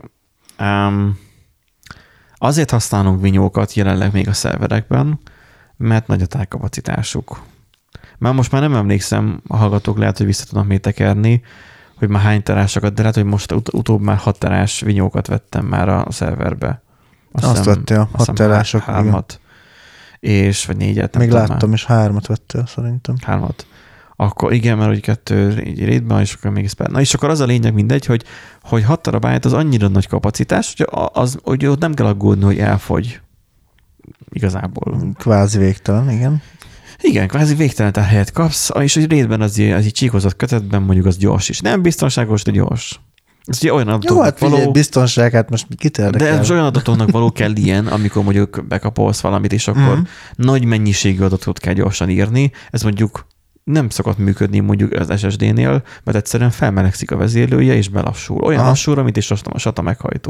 azért használunk vinyókat jelenleg még a szerverekben, mert nagy a tárkapacitásuk. Már most már nem emlékszem, a hallgatók lehet, hogy vissza tudnak még tekerni, hogy már hány terásokat, de lehet, hogy most utóbb már 6 terás vinyókat vettem már a szerverbe. Azt vettél, 6 terások. 3-at. És, vagy 4-et. Még láttam, és 3-at vettél szerintem. 3-at. Akkor igen, mert hogy 2 így rétben, és akkor még Na és akkor az a lényeg mindegy, hogy 6 terabájt az annyira nagy kapacitás, hogy ott nem kell aggódni, hogy elfogy igazából. Kvázi végtelen, igen. Igen, kvázi végtelen helyet kapsz, és hogy rétben az így csíkozott kötetben mondjuk az gyors is. Nem biztonságos, de gyors. Ez ugye olyan adatoknak való... biztonságát most kit érdekel? De most olyan adatoknak való kell ilyen, amikor mondjuk bekapolsz valamit, és akkor nagy mennyiségű adatot kell gyorsan írni. Ez mondjuk nem szokott működni mondjuk az SSD-nél, mert egyszerűen felmelegszik a vezérlője, és belassul. Olyan lassul, mint is a SATA meghajtó.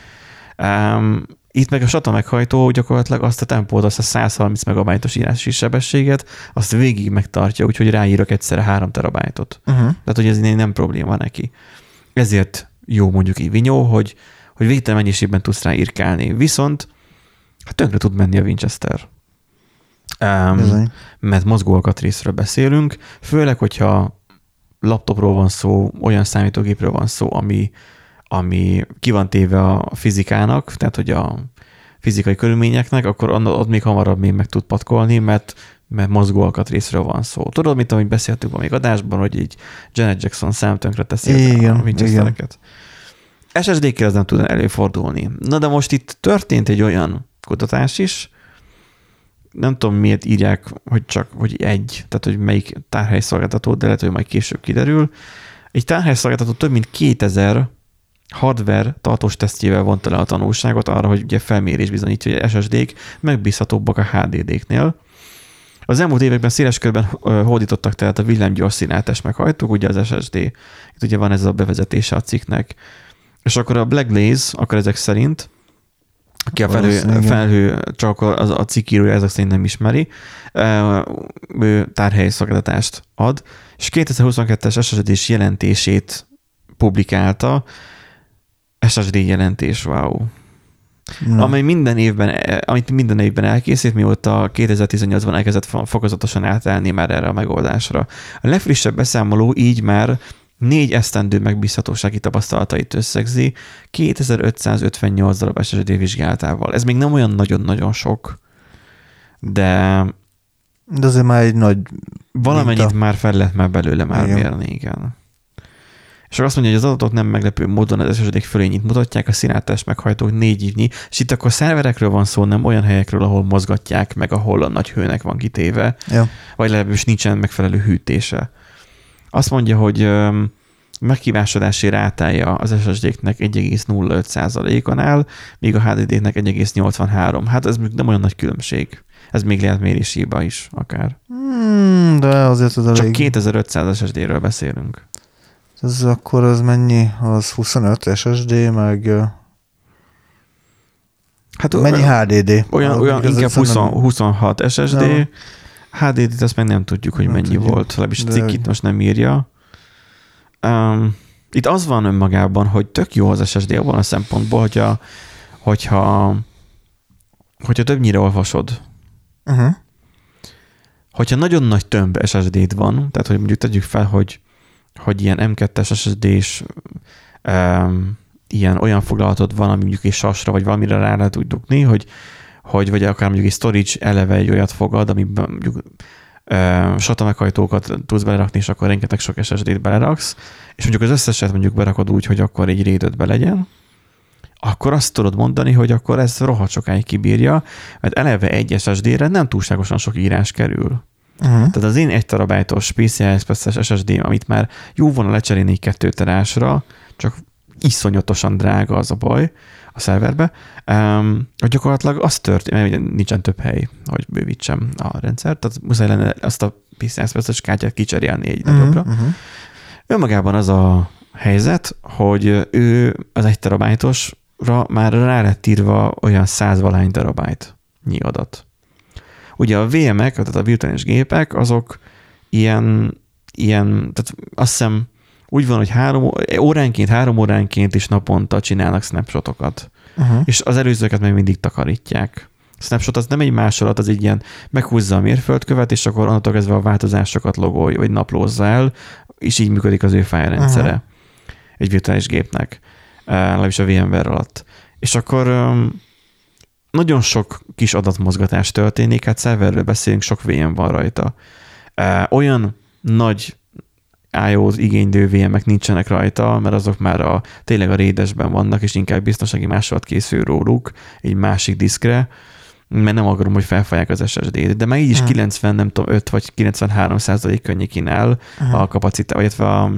Itt meg a SATA meghajtó gyakorlatilag azt a tempót, azt a 130 megabájtos írási sebességet, azt végig megtartja, úgyhogy ráírok egyszerre 3 terabájtot. Tehát, hogy ez nem probléma neki. Ezért jó mondjuk így vinyó, hogy végtelen mennyiségben tudsz rá írkálni. Viszont tönkre tud menni a Winchester. Mert mozgó alkatrészről beszélünk, főleg, hogyha laptopról van szó, olyan számítógépről van szó, ami ki van téve a fizikának, tehát hogy a fizikai körülményeknek, akkor ott még hamarabb még meg tud patkolni, mert mozgó alkatrészről van szó. Tudod, mint amit beszéltünk még adásban, hogy így Janet Jackson számtönkre teszi a Winchestereket. SSD-kkel ez nem tud előfordulni. Na de most itt történt egy olyan kutatás is, nem tudom miért írják, hogy egy, tehát hogy melyik tárhelyszolgáltató, de lehet, hogy majd később kiderül. Egy tárhelyszolgáltató több mint 2000 hardware tartós tesztjével vonta le a tanulságot arra, hogy ugye felmérés bizonyítja, hogy SSD-k megbízhatóbbak a HDD-knél. Az elmúlt években széles körben hódítottak tehát a villámgyors színáltás meghajtók, ugye az SSD. Itt ugye van ez a bevezetése a cikknek. És akkor a Black Glaze, akkor ezek szerint, aki a felhő csak a cikkírója ezek szerint nem ismeri, ő tárhelyi szolgáltatást ad, és 2022-es SSD-s jelentését publikálta, SSD jelentés, wow. Amit minden évben elkészít, mióta 2018-ban elkezdett fokozatosan átállni már erre a megoldásra. A legfrissebb beszámoló így már 4 esztendő megbízhatósági tapasztalatait összegzi 2558 darab SSD vizsgálatával. Ez még nem olyan nagyon-nagyon sok, de azért már egy nagy valamennyit már fel lehet már belőle már mérni, igen. És azt mondja, hogy az adatok nem meglepő módon az SSD-k fölényét mutatják, a színáltás meghajtók 4 évnyi, és itt akkor szerverekről van szó, nem olyan helyekről, ahol mozgatják, meg ahol a nagy hőnek van kitéve, vagy legalábbis nincsen megfelelő hűtése. Azt mondja, hogy meghívásodási rátája az SSD-knek 1,05%-on áll, míg a HDD-nek 1,83. Hát ez nem olyan nagy különbség. Ez még lehet méréséba is akár. De azért az csak elég... 2500 SSD-ről beszélünk. Ez akkor az mennyi? Az 25 SSD, meg... Hát mennyi HDD? Olyan inkább 26 SSD, ja. HDD-t azt meg nem tudjuk, hogy nem mennyi tudjuk. Volt. Legalábbis a cikk itt most nem írja. Itt az van önmagában, hogy tök jó az SSD abban a szempontból, hogyha többnyire olvasod. Hogyha nagyon nagy tömb SSD-d van, tehát hogy mondjuk tegyük fel, hogy ilyen M2-es SSD-s ilyen olyan foglalatod van, ami mondjuk egy sasra, vagy valamire rá lehet úgy dugni, hogy vagy akár mondjuk egy storage eleve egy olyat fogad, amiben mondjuk SATA meghajtókat tudsz belerakni, és akkor rengeteg sok SSD-t beleraksz, és mondjuk az összeset mondjuk berakod úgy, hogy akkor egy RAID 5 legyen, akkor azt tudod mondani, hogy akkor ez rohadt sokáig kibírja, mert eleve egy SSD-re nem túlságosan sok írás kerül. Tehát az én 1 terabájtos PCI Express-es SSD, amit már jó volna lecserélni 2 terásra, csak iszonyatosan drága az a baj a szerverbe, hogy gyakorlatilag az történt, mert nincsen több hely, hogy bővítsem a rendszert, tehát muszáj lenne azt a PCI Express-es kártyát kicserélni egy nagyobbra. Önmagában az a helyzet, hogy ő az 1 terabájtosra már rá lett írva olyan 100-valahány terabájtnyi adat. Ugye a VM-ek, tehát a virtuális gépek, azok ilyen, tehát azt hiszem úgy van, hogy 3 óránként és naponta csinálnak snapshotokat. És az előzőket meg mindig takarítják. Snapshot az nem egy másolat, az egy ilyen meghúzza a mérföldkövet, és akkor onnantól kezdve a változásokat logolja, vagy naplózza el, és így működik az ő fájlrendszere egy virtuális gépnek, legalábbis a VMware alatt. És akkor nagyon sok kis adatmozgatás történik, hát szerverről beszélünk, sok VM van rajta. Olyan nagy I/O-t igénylő VM-ek nincsenek rajta, mert azok már tényleg a RAID-esben vannak, és inkább biztonsági másolat készül róluk egy másik diszkre, mert nem akarom, hogy felfalják az SSD-t, de már így is 5 vagy 93% környékén áll a kapacitás, illetve a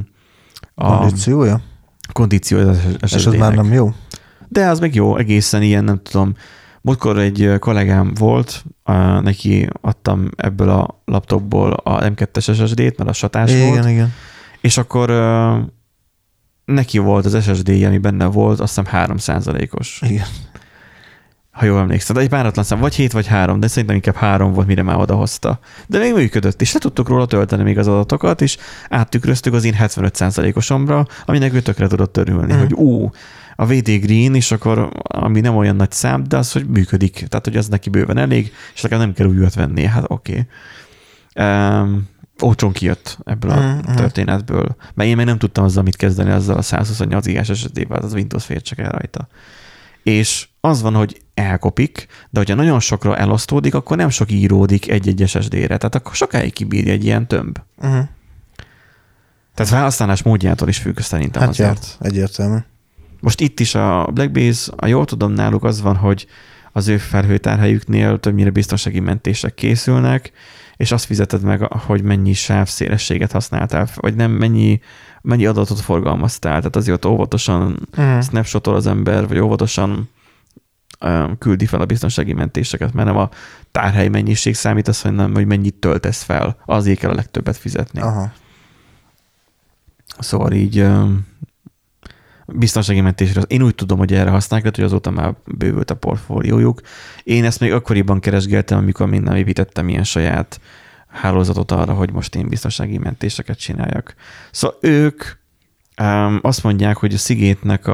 kondíciója az SSD-nek. És az már nem jó? De az meg jó, egészen ilyen, nem tudom. Múltkor egy kollégám volt, neki adtam ebből a laptopból a M2-es SSD-t, mert a satás volt. Igen. És akkor neki volt az SSD-je, ami benne volt, azt hiszem 3%-os. Igen. Ha jól emlékszem. De egy páratlan szám, vagy 7 vagy 3, de szerintem inkább 3 volt, mire már odahozta. De még működött, és le tudtuk róla tölteni még az adatokat, és áttükröztük az én 75%-osomra, aminek ő tökre tudott örülni, hogy a VD Green, és akkor ami nem olyan nagy szám, de az, hogy működik. Tehát, hogy az neki bőven elég, és legalább nem kell újat venni. Hát oké. Olcsón kijött ebből a történetből. Mert én meg nem tudtam azzal mit kezdeni, azzal a 128 GB-s SSD-vel, az Windows fér csak el rajta. És az van, hogy elkopik, de hogyha nagyon sokra elosztódik, akkor nem sok íródik egy-egy SSD-re. Tehát akkor sokáig kibírja egy ilyen tömb. Tehát felhasználás módjától is függ szerintem hát azért. Ja, egyértelmű. Most itt is a Blackbase, jól tudom, náluk az van, hogy az ő felhőtárhelyüknél többnyire biztonsági mentések készülnek, és azt fizeted meg, hogy mennyi sávszélességet használtál, vagy nem, mennyi adatot forgalmaztál. Tehát azért óvatosan snapshotol az ember, vagy óvatosan küldi fel a biztonsági mentéseket, mert nem a tárhely mennyiség számít, az, hogy mennyit töltesz fel. Azért kell a legtöbbet fizetni. Aha. Szóval így biztonsági mentésre. Én úgy tudom, hogy erre használják, hogy azóta már bővült a portfóliójuk. Én ezt még akkoriban keresgéltem, amikor még nem építettem ilyen saját hálózatot arra, hogy most én biztonsági mentéseket csináljak. Szóval ők azt mondják, hogy a Seagate-nek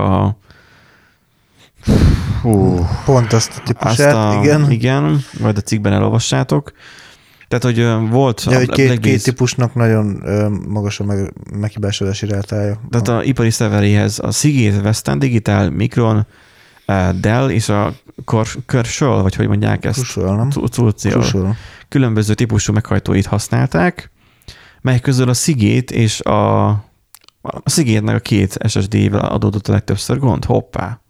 pont azt a típusát, igen, majd a cikkben elolvassátok. Tehát, hogy volt ja, hogy két típusnak nagyon magas a meghibásodási rátája. Tehát a ipari szerveréhez a Seagate, Western Digital, Micron, Dell és a Crucial, vagy hogy mondják ezt? Crucial. Különböző típusú meghajtóit használták, mely közül a Seagate és a Seagate-nek a két SSD-vel adódott a legtöbbször gond. Hoppá!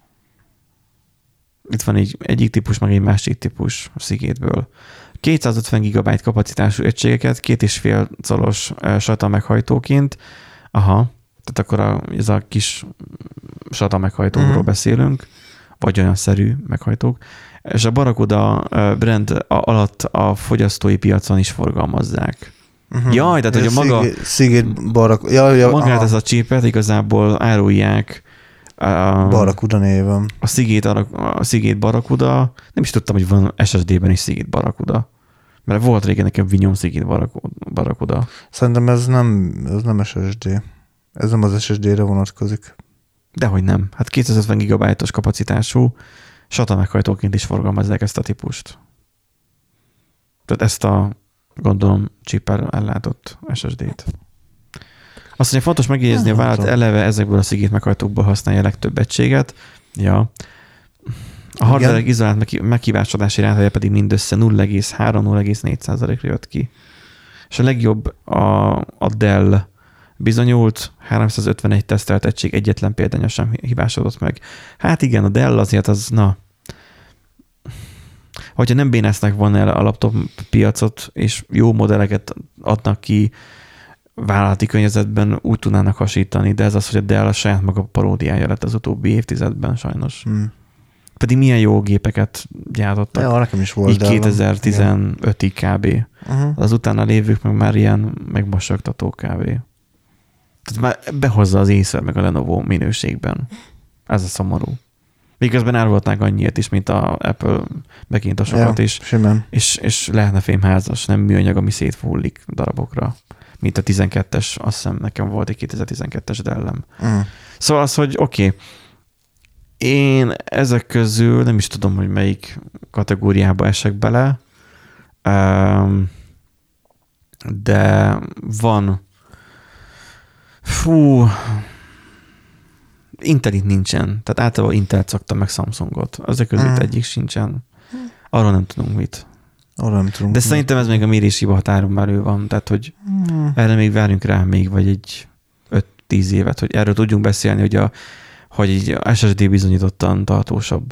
Itt van egyik típus, meg egy másik típus a Seagate-ből. 250 GB kapacitású egységeket, 2,5 colos SATA meghajtóként. Aha, tehát akkor ez a kis SATA meghajtókról beszélünk, vagy olyan szerű meghajtók. És a Barracuda brand alatt a fogyasztói piacon is forgalmazzák. Jaj, tehát hogy a maga magát ez a csípet igazából árulják Barracuda néven. A Seagate Barracuda, nem is tudtam, hogy van SSD-ben is Seagate Barracuda. Mert volt régen nekem Vinyom Seagate Barracuda. Szerintem ez nem SSD. Ez nem az SSD-re vonatkozik. Dehogy nem. Hát 250 GB-os kapacitású SATA meghajtóként is forgalmazzák ezt a típust. Tehát ezt a, gondolom, chip-el ellátott SSD-t. Azt mondja, fontos megjegyezni, a vállalat eleve ezekből a Seagate meghajtókból használja a legtöbb egységet. Ja. A hardware izolált meghibásodási rátája pedig mindössze 0,3-0,4%-ra jött ki. És a legjobb a Dell bizonyult, 351 tesztelt egység egyetlen példánya sem hibásodott meg. Hát igen, a Dell azért az, hogyha nem bénásznak volna el a laptop piacot, és jó modelleket adnak ki, vállalati környezetben úgy tudnának hasítani, de ez az, hogy a Dell a saját maga paródiája lett az utóbbi évtizedben sajnos. Pedig milyen jó gépeket gyártottak. Ja, nekem is volt. Így 2015-ig kb. Az utána lévők meg már ilyen megmosogtató kb. Tehát már behozza az Acer meg a Lenovo minőségben. Ez a szomorú. Miközben árulhatnák annyiért is, mint a Apple bekintosokat is. És lehetne fémházas, nem műanyag, ami szétfullik darabokra. Mint a 12-es, azt hiszem nekem volt egy 2012-es Dellem. Szóval az, hogy oké, Én ezek közül nem is tudom, hogy melyik kategóriába esek bele, de van Intelit nincsen. Tehát általában Intelt szoktam meg Samsungot. Ezek közül egyik sincsen. Arról nem tudunk mit. De szerintem ez még a mérési határon belül van. Tehát, hogy erre még várjunk rá még, vagy egy 5-10 évet, hogy erről tudjunk beszélni, hogy egy SSD bizonyítottan tartósabb.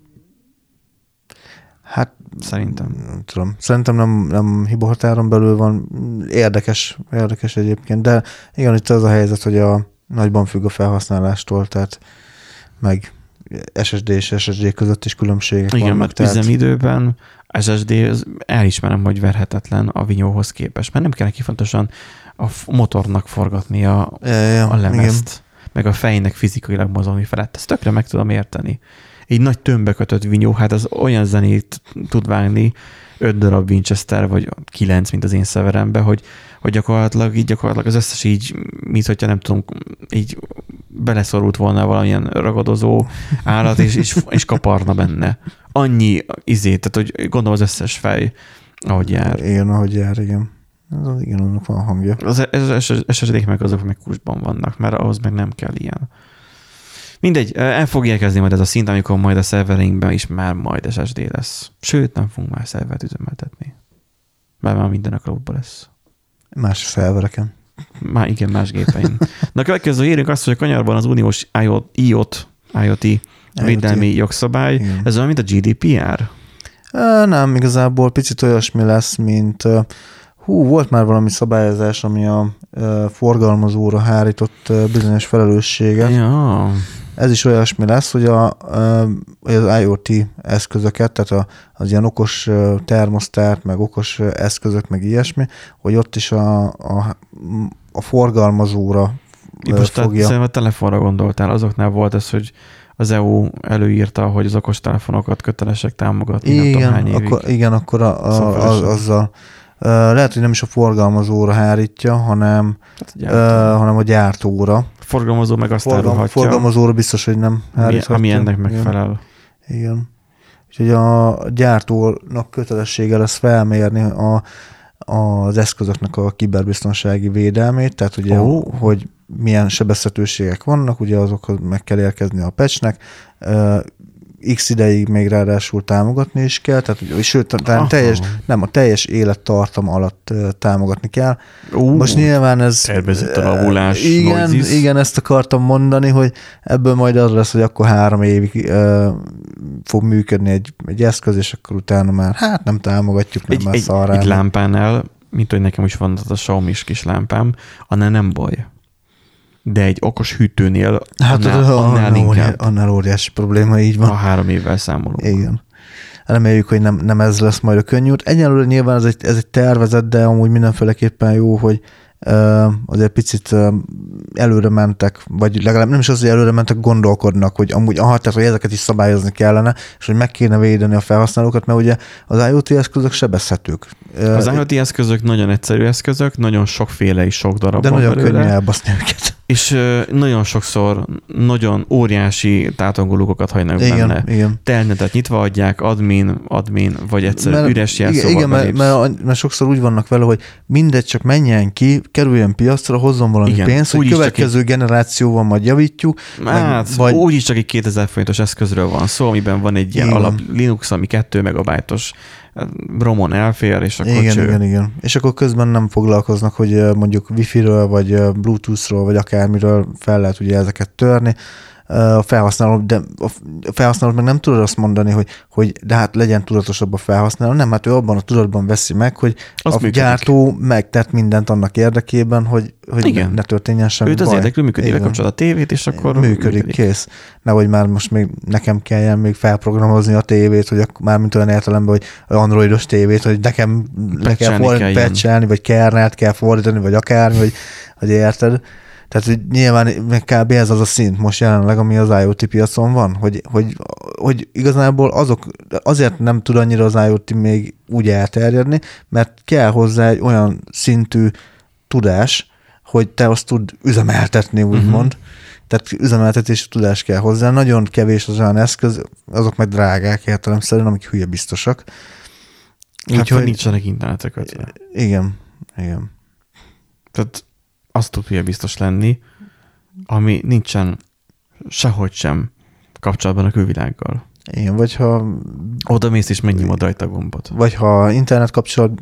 Hát szerintem. Nem tudom. Szerintem nem hibahatáron belül van. Érdekes egyébként, de igen, itt az a helyzet, hogy nagyban függ a felhasználástól, tehát meg SSD és SSD között is különbségek vannak. Igen, mert üzemidőben SSD elismerem, hogy verhetetlen a vinyóhoz képest, mert nem kell neki fontosan a motornak forgatni a lemezt, igen. Meg a fejnek fizikailag mozogni felett. Ezt tökre meg tudom érteni. Egy nagy tömbbe kötött vinyó, hát az olyan zenét tud vágni, 5 darab Winchester, vagy 9, mint az én szeverembe, hogy gyakorlatilag az összes így, mint hogyha nem tudom, így beleszorult volna valamilyen ragadozó állat, és kaparna benne. Annyi tehát hogy gondolom az összes fej, ahogy jár. Igen, ahogy jár, igen. Igen, annak van hangja. Az SSD-k meg azok meg kusban vannak, mert ahhoz meg nem kell ilyen. Mindegy, el fog érkezni majd ez a szint, amikor majd a szervereinkben is már majd SSD lesz. Sőt, nem fogunk már szervert üzemeltetni. Mert már minden a cloudban lesz. Más szervereken. Már igen, más gépein. Na, a következő hírünk azt, hogy a kanyarban az uniós IoT védelmi jogszabály. Igen. Ez olyan, mint a GDPR? Nem, igazából picit olyasmi lesz, mint volt már valami szabályozás, ami a forgalmazóra hárított bizonyos felelősséget. Ja. Ez is olyasmi lesz, hogy az IoT eszközöket, tehát az ilyen okos termosztát, meg okos eszközök, meg ilyesmi, hogy ott is a forgalmazóra most fogja. Szerintem a telefonra gondoltál, azoknál volt ez, hogy az EU előírta, hogy az okos telefonokat kötelesek támogatni. Igen, akkor azzal. Lehet, hogy nem is a forgalmazóra hárítja, hanem a gyártóra. A forgalmazó meg azt árulhatja. Forgalmazóra biztos, hogy nem háríthatja. Ami ennek megfelel. Igen. Úgyhogy a gyártónak kötelessége lesz felmérni az eszközöknek a kiberbiztonsági védelmét, tehát ugye, hogy milyen sebezhetőségek vannak, ugye azokhoz meg kell érkezni a patchnek, X ideig még ráadásul támogatni is kell, tehát sőt, a teljes élettartam alatt támogatni kell. Most nyilván ez... Tervezett a ravulás. Igen, ezt akartam mondani, hogy ebből majd az lesz, hogy akkor 3 évig fog működni egy eszköz, és akkor utána már nem támogatjuk, nem már szarrá. Egy lámpánál, mint hogy nekem is van a Xiaomi-s kis lámpám, annál nem baj. De egy okos hűtőnél annál inkább. Annál óriási probléma, így van. A 3 évvel számolunk. Igen. Reméljük, hogy nem ez lesz majd a könnyű út. Egyelőre nyilván ez egy tervezet, de amúgy mindenféleképpen jó, hogy azért picit előre mentek, vagy legalább nem is az, hogy előre mentek, gondolkodnak, hogy amúgy tehát, hogy ezeket is szabályozni kellene, és hogy meg kéne védeni a felhasználókat, mert ugye az IoT eszközök sebezhetők. Az IoT eszközök nagyon egyszerű eszközök, nagyon sokféle és sok darab van belőle. De nagyon könnyű elbaszni őket. És nagyon sokszor nagyon óriási tátongolókokat hagynak benne. Igen. Telnetet nyitva adják, admin, vagy egyszerűen üres jelszóval. Igen, mert sokszor úgy vannak vele, hogy mindegy, csak menjen ki, kerüljön piacra, hozzon valami pénzt, hogy következő generációval majd javítjuk. Úgyis csak egy 2000 forintos eszközről van szó, amiben van egy ilyen alap Linux, ami 2 megabájtos ROM-on elfér, és akkor Igen. És akkor közben nem foglalkoznak, hogy mondjuk Wi-Fi-ről, vagy Bluetooth-ról, vagy akármiről fel lehet ugye ezeket törni. A felhasználó meg nem tudod azt mondani, hogy de hát legyen tudatosabb a felhasználó. Nem, hát ő abban a tudatban veszi meg, hogy azt a gyártó megtett mindent annak érdekében, hogy ne történjen semmi baj. Őt az érdekül működik, lekapcsolod a tévét, és akkor működik. Kész. Nehogy már most még nekem kelljen még felprogramozni a tévét, hogy már mint olyan értelemben, hogy androidos tévét, hogy nekem le kell patchelni, vagy kernelt kell fordítani, vagy akármi, hogy érted. Tehát hogy nyilván kb. Ez az a szint most jelenleg, ami az IoT piacon van, hogy igazából azért nem tud annyira az IoT még úgy elterjedni, mert kell hozzá egy olyan szintű tudás, hogy te azt tud üzemeltetni, úgymond. Tehát üzemeltetési tudás kell hozzá. Nagyon kevés az olyan eszköz, azok meg drágák értelemszerűen, amik hülye biztosak. Úgyhogy nincsenek internetre kötve. Igen. Tehát azt tud hülye biztos lenni, ami nincsen sehogy sem kapcsolatban a külvilággal. Igen, vagy ha... Oda mész és megnyomod rajta a gombot. Vagy ha internet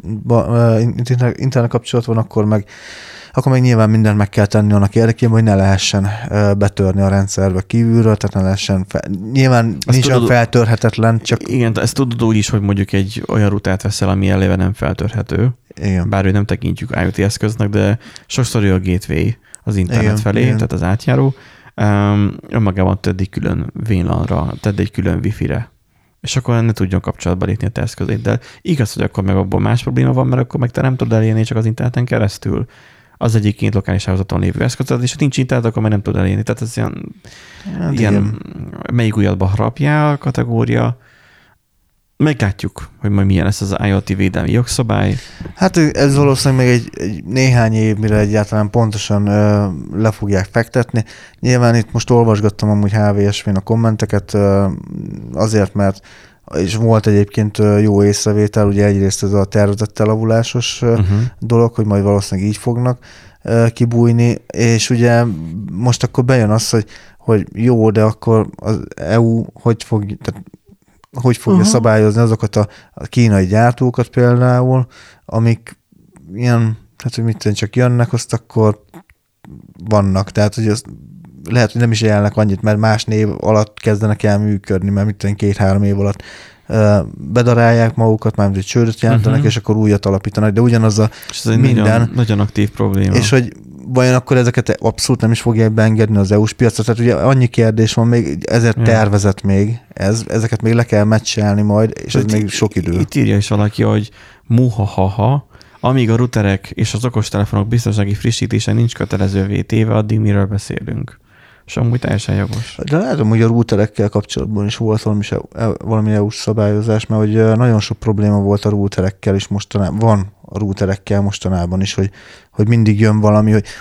kapcsolat van, akkor meg nyilván mindent meg kell tenni annak érdekében, hogy ne lehessen betörni a rendszerbe kívülről, tehát ne lehessen nyilván nincs olyan feltörhetetlen, csak... Igen, ezt tudod úgy is, hogy mondjuk egy olyan rutát veszel, ami eleve nem feltörhető. Igen. Bár nem tekintjük IoT eszköznek, de sokszor a gateway az internet felé, tehát az átjáró. Önmagában tedd egy külön VLAN-ra, tedd egy külön Wi-Fi-re, és akkor ne tudjon kapcsolatba lépni a te eszközéddel. Igaz, hogy akkor meg abban más probléma van, mert akkor meg te nem tudod elérni csak az interneten keresztül. Az egyébként lokális hálózaton lévő eszközöd, és ha nincs internet, akkor meg nem tud elérni. Tehát ez ilyen melyik ujjadba harapjál kategória. Meglátjuk, hogy majd milyen lesz az IoT védelmi jogszabály. Hát ez valószínűleg még egy néhány év, mire egyáltalán pontosan le fogják fektetni. Nyilván itt most olvasgattam amúgy HVSV-n a kommenteket, azért, mert és volt egyébként jó észrevétel, ugye egyrészt ez a tervezett elavulásos dolog, hogy majd valószínűleg így fognak kibújni, és ugye most akkor bejön az, hogy jó, de akkor az EU hogy fogja szabályozni azokat a kínai gyártókat például, amik ilyen, hát hogy mit csak jönnek, azt akkor vannak. Tehát, hogy az lehet, hogy nem is jelnek annyit, mert más név alatt kezdenek el működni, mert mit 2-3 év alatt bedarálják magukat, mármint egy csődöt jelentenek, és akkor újat alapítanak, de ugyanaz a és ez minden. Nagyon, nagyon aktív probléma. És hogy vajon akkor ezeket abszolút nem is fogják beengedni az EU-s piacra, tehát ugye annyi kérdés van még, ezért tervezett még ezeket még le kell meccselni majd, és ez még sok idő. Itt írja is valaki, hogy muhahaha, amíg a routerek és az okostelefonok biztonsági frissítése nincs kötelezővé téve, addig miről beszélünk. És amúgy teljesen jogos. De látom, hogy a routerekkel kapcsolatban is volt valami EU-s szabályozás, mert hogy nagyon sok probléma volt a routerekkel is mostanában, van a routerekkel mostanában is, hogy mindig jön valami, hogy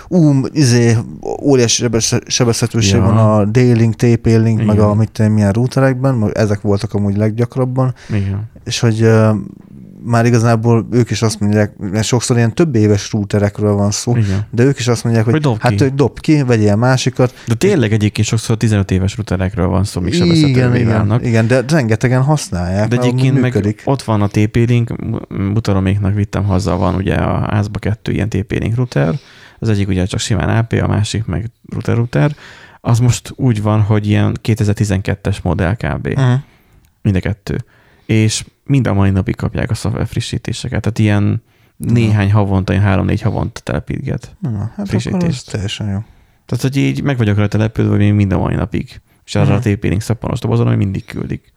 óriási sebezhetőség van a D-Link, TP-Link, meg a milyen routerekben, ezek voltak amúgy leggyakrabban. Igen. És hogy már igazából ők is azt mondják, mert sokszor ilyen több éves routerekről van szó, de ők is azt mondják, hogy dob ki, vegyél másikat. De tényleg egyébként sokszor 15 éves routerekről van szó, még sebezhetővé válnak. Igen, de rengetegen használják. De egyébként meg ott van a TP-Link, Butaloméknak vittem haza, van ugye a házba 2 ilyen TP-Link router, az egyik ugye csak simán AP, a másik meg router. Az most úgy van, hogy ilyen 2012-es modell kb. Mind a 2. És mind a mai napig kapják a szoftver frissítéseket. Tehát ilyen néhány havonta, 3-4 havonta telepítget frissítést. Teljesen jó. Tehát, hogy így meg vagyok rajta lepődve, hogy mind a mai napig. És arra a TP-Link szappanos dobozon, hogy mindig küldik.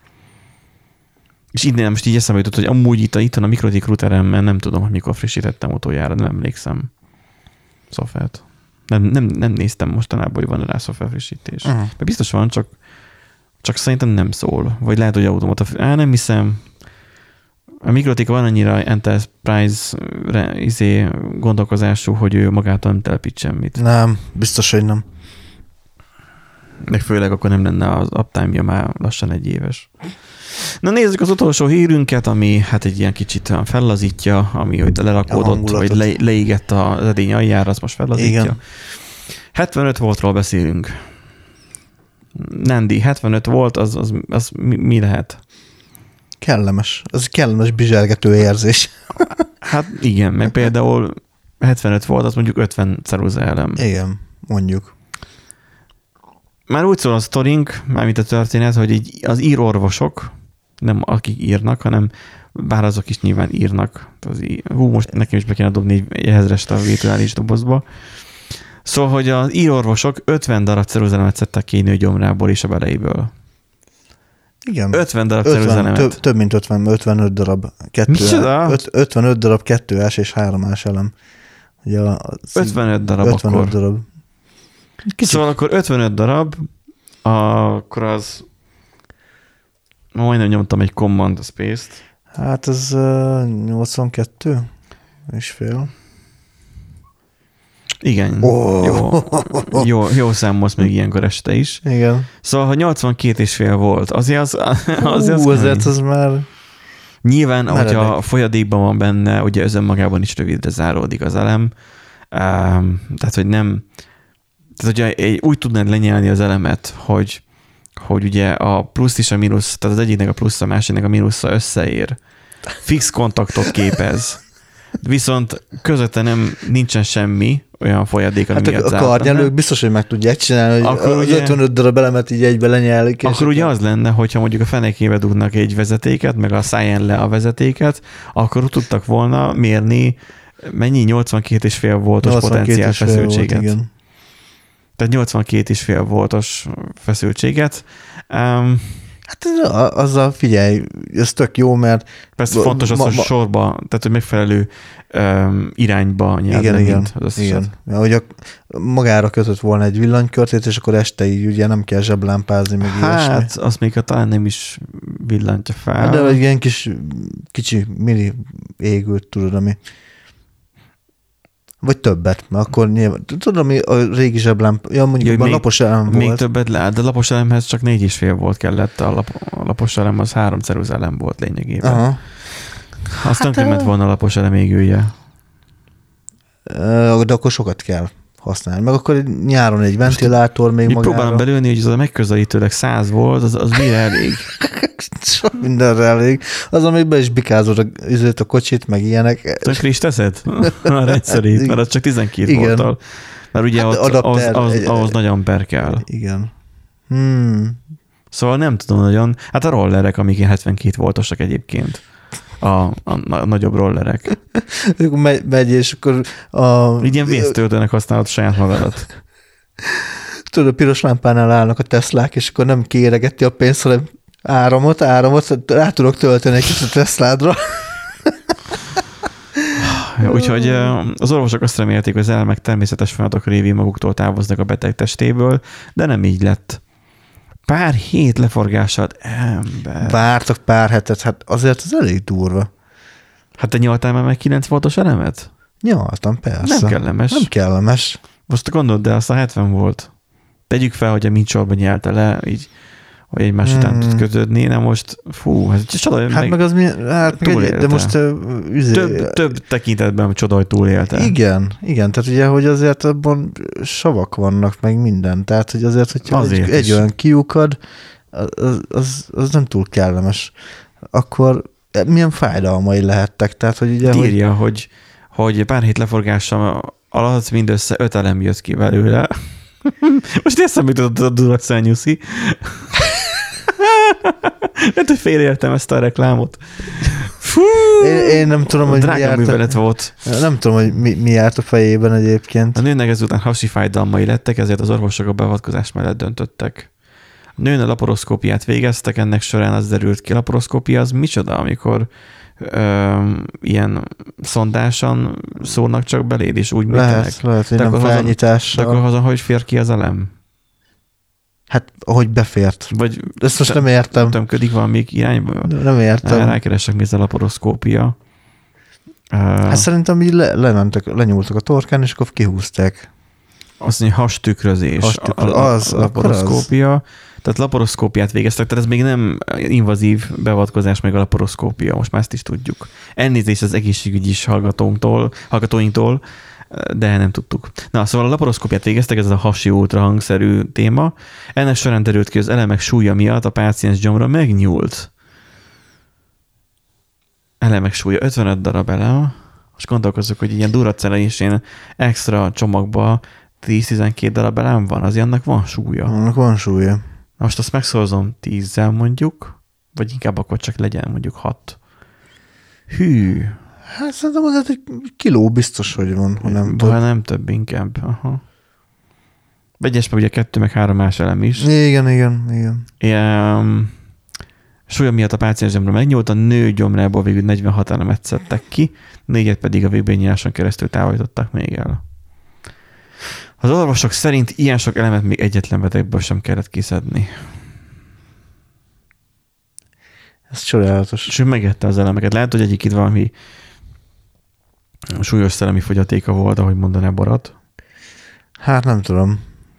És innen most így eszembe jutott, hogy amúgy itt a mikrotik routeremmel nem tudom, hogy mikor frissítettem utoljára, nem emlékszem szoftvert. Nem néztem mostanában, hogy van rá szoftver frissítés. Mert biztos van, csak szerintem nem szól. Vagy lehet, hogy automata... nem hiszem. A Mikrotik van annyira enterprise gondolkozású, hogy ő magától nem telepít semmit. Nem, biztos, hogy nem. Meg főleg akkor nem lenne az uptime-ja már lassan 1 éves. Na nézzük az utolsó hírünket, ami hát egy ilyen kicsit fellazítja, ami hogy lerakódott, vagy leégett az edény aljára, az most fellazítja. Igen. 75 voltról beszélünk. Nandi, 75 volt, az mi lehet? Kellemes. Az kellemes bizsergető érzés. Hát igen, meg például 75 volt, az mondjuk 50 ceruzaelem. Igen, mondjuk. Már úgy szól a sztorink, mármint a történet, hogy így az írorvosok, nem akik írnak, hanem bár azok is nyilván írnak. Most nekem is be kéne dobni egy 1000-est a virtuális dobozba. Szóval, hogy az írorvosok 50 darab ceruzelemet szedtek ki nőgyomrából és a beleiből. Igen. 50 darab ceruzelemet. Több mint 55 darab. 55 darab 2-ás és 3-ás elem. Ugye 55 darab 55 akkor. Darab. Szóval akkor 55 darab, akkor az majdnem nyomtam egy command space-t. Hát ez 82 és fél. Igen. Jó számolsz még ilyenkor este is. Igen. Szóval, ha 82,5 volt, azért az már... Nyilván, hogyha a folyadékban van benne, ugye ez önmagában is rövidre záródik az elem. Tehát, hogy nem... Tehát, hogyha úgy tudnád lenyelni az elemet, hogy ugye a plusz és a mínusz, tehát az egyiknek a plusz, a másiknak a mínusza összeér. Fix kontaktot képez. Viszont közötte nincsen semmi olyan folyadék, ami miatt a karnyelők biztos, hogy meg tudják csinálni, hogy akkor az 55 darab elemet így egybe lenyelik. Akkor ugye az lenne, hogyha mondjuk a fenekébe dugnak egy vezetéket, meg a száján le a vezetéket, akkor tudtak volna mérni mennyi 82,5 voltos potenciális feszültséget. Volt, igen. Tehát 82,5 voltos feszültséget. Hát azzal figyelj, ez tök jó, mert... Persze fontos az, hogy sorba, tehát hogy megfelelő irányba nyelvre, mint az igen. Hogy magára kötött volna egy villanykörtét, és akkor este így ugye nem kell zseblámpázni, meg ilyesmi. Hát, azt még talán nem is villantja fel. De egy ilyen kicsi mini égült, tudod, ami... Vagy többet, mert akkor nyilván... Tudom, a régi zseblámpa... Ja, mondjuk a lapos elem volt. Még többet lehet, de a lapos elemhez csak 4,5 volt kellett. A lapos elem az 3 ceruza elem volt lényegében. Aha. Azt tönkre volna a lapos elem égője. De akkor sokat kell használni. Meg akkor nyáron egy ventilátor még magára. Próbálom belülni, hogy az a megközelítőleg 100 volt, az mire elég? Sok mindenre elég. Az, amíg be is bikázod a kocsit, meg ilyenek. Tönkre is teszed? Már egyszerűt, mert az csak 12 volttal. Mert ugye hát ahhoz nagyon per kell. Igen. Szóval nem tudom nagyon. Hát a rollerek, amik 72 voltosak egyébként. A nagyobb rollerek. Megy, és akkor így ilyen vésztöltőnek használod saját magadat. Tudod, a piros lámpánál állnak a Teslák, és akkor nem kéregeti a pénzt, hanem áramot, rá tudok tölteni egy kicsit a Tesládra. Úgyhogy az orvosok azt remélték, hogy az elemek természetes folyamatok révén maguktól távoznak a beteg testéből, de nem így lett. Pár hét leforgásad, ember. Vártak pár hetet, hát azért az elég durva. Hát te nyaltál már meg 9 voltos elemet? Nyaltam, persze. Nem kellemes. Nem kellemes. Most gondold, de azt a 70 volt. Tegyük fel, hogy a micsorban nyelta le, így, hogy egymás után tud kötődni, de most, ez csoda, hát meg az mi, de most több tekintetben csoda, hogy túlélte. Igen, tehát ugye, hogy azért abban savak vannak, meg minden, tehát, hogy azért, hogyha egy olyan kiukad, az nem túl kellemes. Akkor milyen fájdalmai lehettek, tehát, hogy ugye... Írja, hogy pár hét leforgása alatt mindössze 5 elem jött ki belőle. Most eszembe jutott a Duracell nyuszi. Lehet, hogy félreértem ezt a reklámot. Fú, én nem tudom, hogy drága művelet volt. Nem tudom, hogy mi járt a fejében egyébként. A nőnek ezután hasi fájdalmai lettek, ezért az orvosok a beavatkozás mellett döntöttek. A nőn a laparoszkópiát végeztek, ennek során az derült ki. A laparoszkópia az micsoda, amikor ilyen szondásan szórnak csak beléd, és úgy műtenek. Lehet, hogy nem felnyitással. De akkor hogy fér ki az elem? Hát, ahogy befért. Vagy ezt most nem értem. Tömködik valamelyik irányba? Nem értem. Rákeresek, mi ez a laparoszkópia. Hát szerintem így lenyúltak a torkán, és akkor kihúzták. Azt mondja, hastükrözés. A laparoszkópia. Tehát laparoszkópiát végeztek, tehát ez még nem invazív beavatkozás, meg a laparoszkópia, most már ezt is tudjuk. Elnézést az egészségügyi hallgatóinktól, de nem tudtuk. Na, szóval a laparoszkópiát végeztek, ez a hasi ultrahangszerű téma. Ennek során derült ki, az elemek súlya miatt a páciens gyomra megnyúlt. Elemek súlya, 55 darab elem. Most gondolkozzuk, hogy ilyen Duracell és ilyen extra csomagban 10-12 darab elem van, az annak van súlya. Annak van súlya. Most azt megszorzom 10-zel mondjuk, vagy inkább akkor csak legyen mondjuk 6. Hű. Hát szerintem azért egy kiló biztos, hogy van, ha nem több. Nem több inkább. Aha. Vegyes meg ugye 2 meg 3 más elem is. Igen. Súlya miatt a páciens gyomra megnyúlt, a nő gyomrából végül 46 elemet szedtek ki, 4 pedig a végbényításon keresztül távolították még el. Az orvosok szerint ilyen sok elemet még egyetlen betegből sem kellett kiszedni. Ez csodálatos. És ő megette az elemeket. Lehet, hogy egyik itt valami súlyos szellemi fogyatéka volt, ahogy mondaná Borat. Hát nem tudom.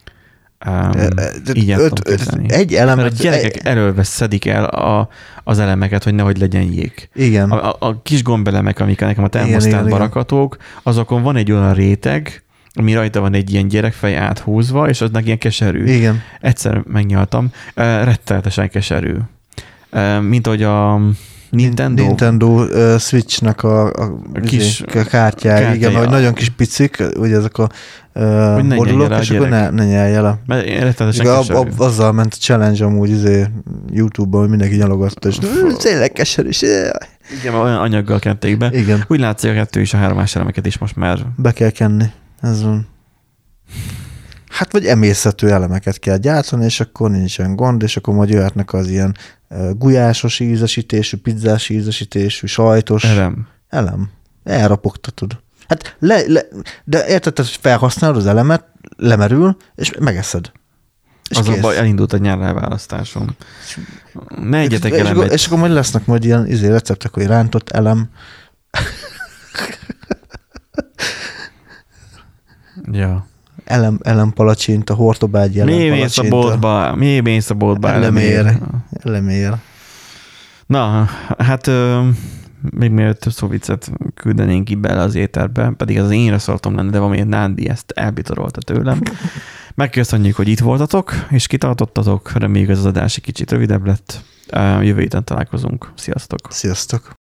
Így tudom egy elemet... Mert a gyerekek elől szedik el az elemeket, hogy nehogy legyen jég. Igen. A kis gombelemek, amik nekem a termosztátban rakhatók, azokon van egy olyan réteg, ami rajta van egy ilyen gyerekfej áthúzva, és aznak ilyen keserű. Igen. Egyszer megnyaltam. Rettenetesen keserű. Mint hogy a Nintendo Switch-nek a kis kártyái, igen, hogy nagyon kis picik, ugye ezek a modulok, és akkor ne nyelje le. Azzal ment a challenge amúgy YouTube-ban, hogy mindenki nyalogatta, és tényleg keserű. Igen, olyan anyaggal kenték be. Igen. Úgy látszik, a 2 és a 3-as elemeket is most már... Be kell kenni. Ez van. Hát vagy emészhető elemeket kell gyártani, és akkor nincsen gond, és akkor majd jöhetnek az ilyen gulyásos ízesítésű, pizzás ízesítésű, sajtos. Elem. Elrapogtatod. Hát de érted, hogy felhasználod az elemet, lemerül, és megeszed. És az a baj, elindult a nyárválasztásom. Ne egyetek elemet. És akkor majd lesznek majd ilyen receptek, hogy rántott elem. Ja. Elem palacsinta, hortobágyi elem palacsinta. Mi mész a boltba? Elemér. Na, hát még mielőtt több szóviccet küldenénk ki bele az éterbe, pedig az én reszortom lenne, de valamiért Nándi ezt elbitorolta tőlem. Megköszönjük, hogy itt voltatok, és kitartottatok. Reméljük, ez az adás egy kicsit rövidebb lett. Jövő héten találkozunk. Sziasztok! Sziasztok!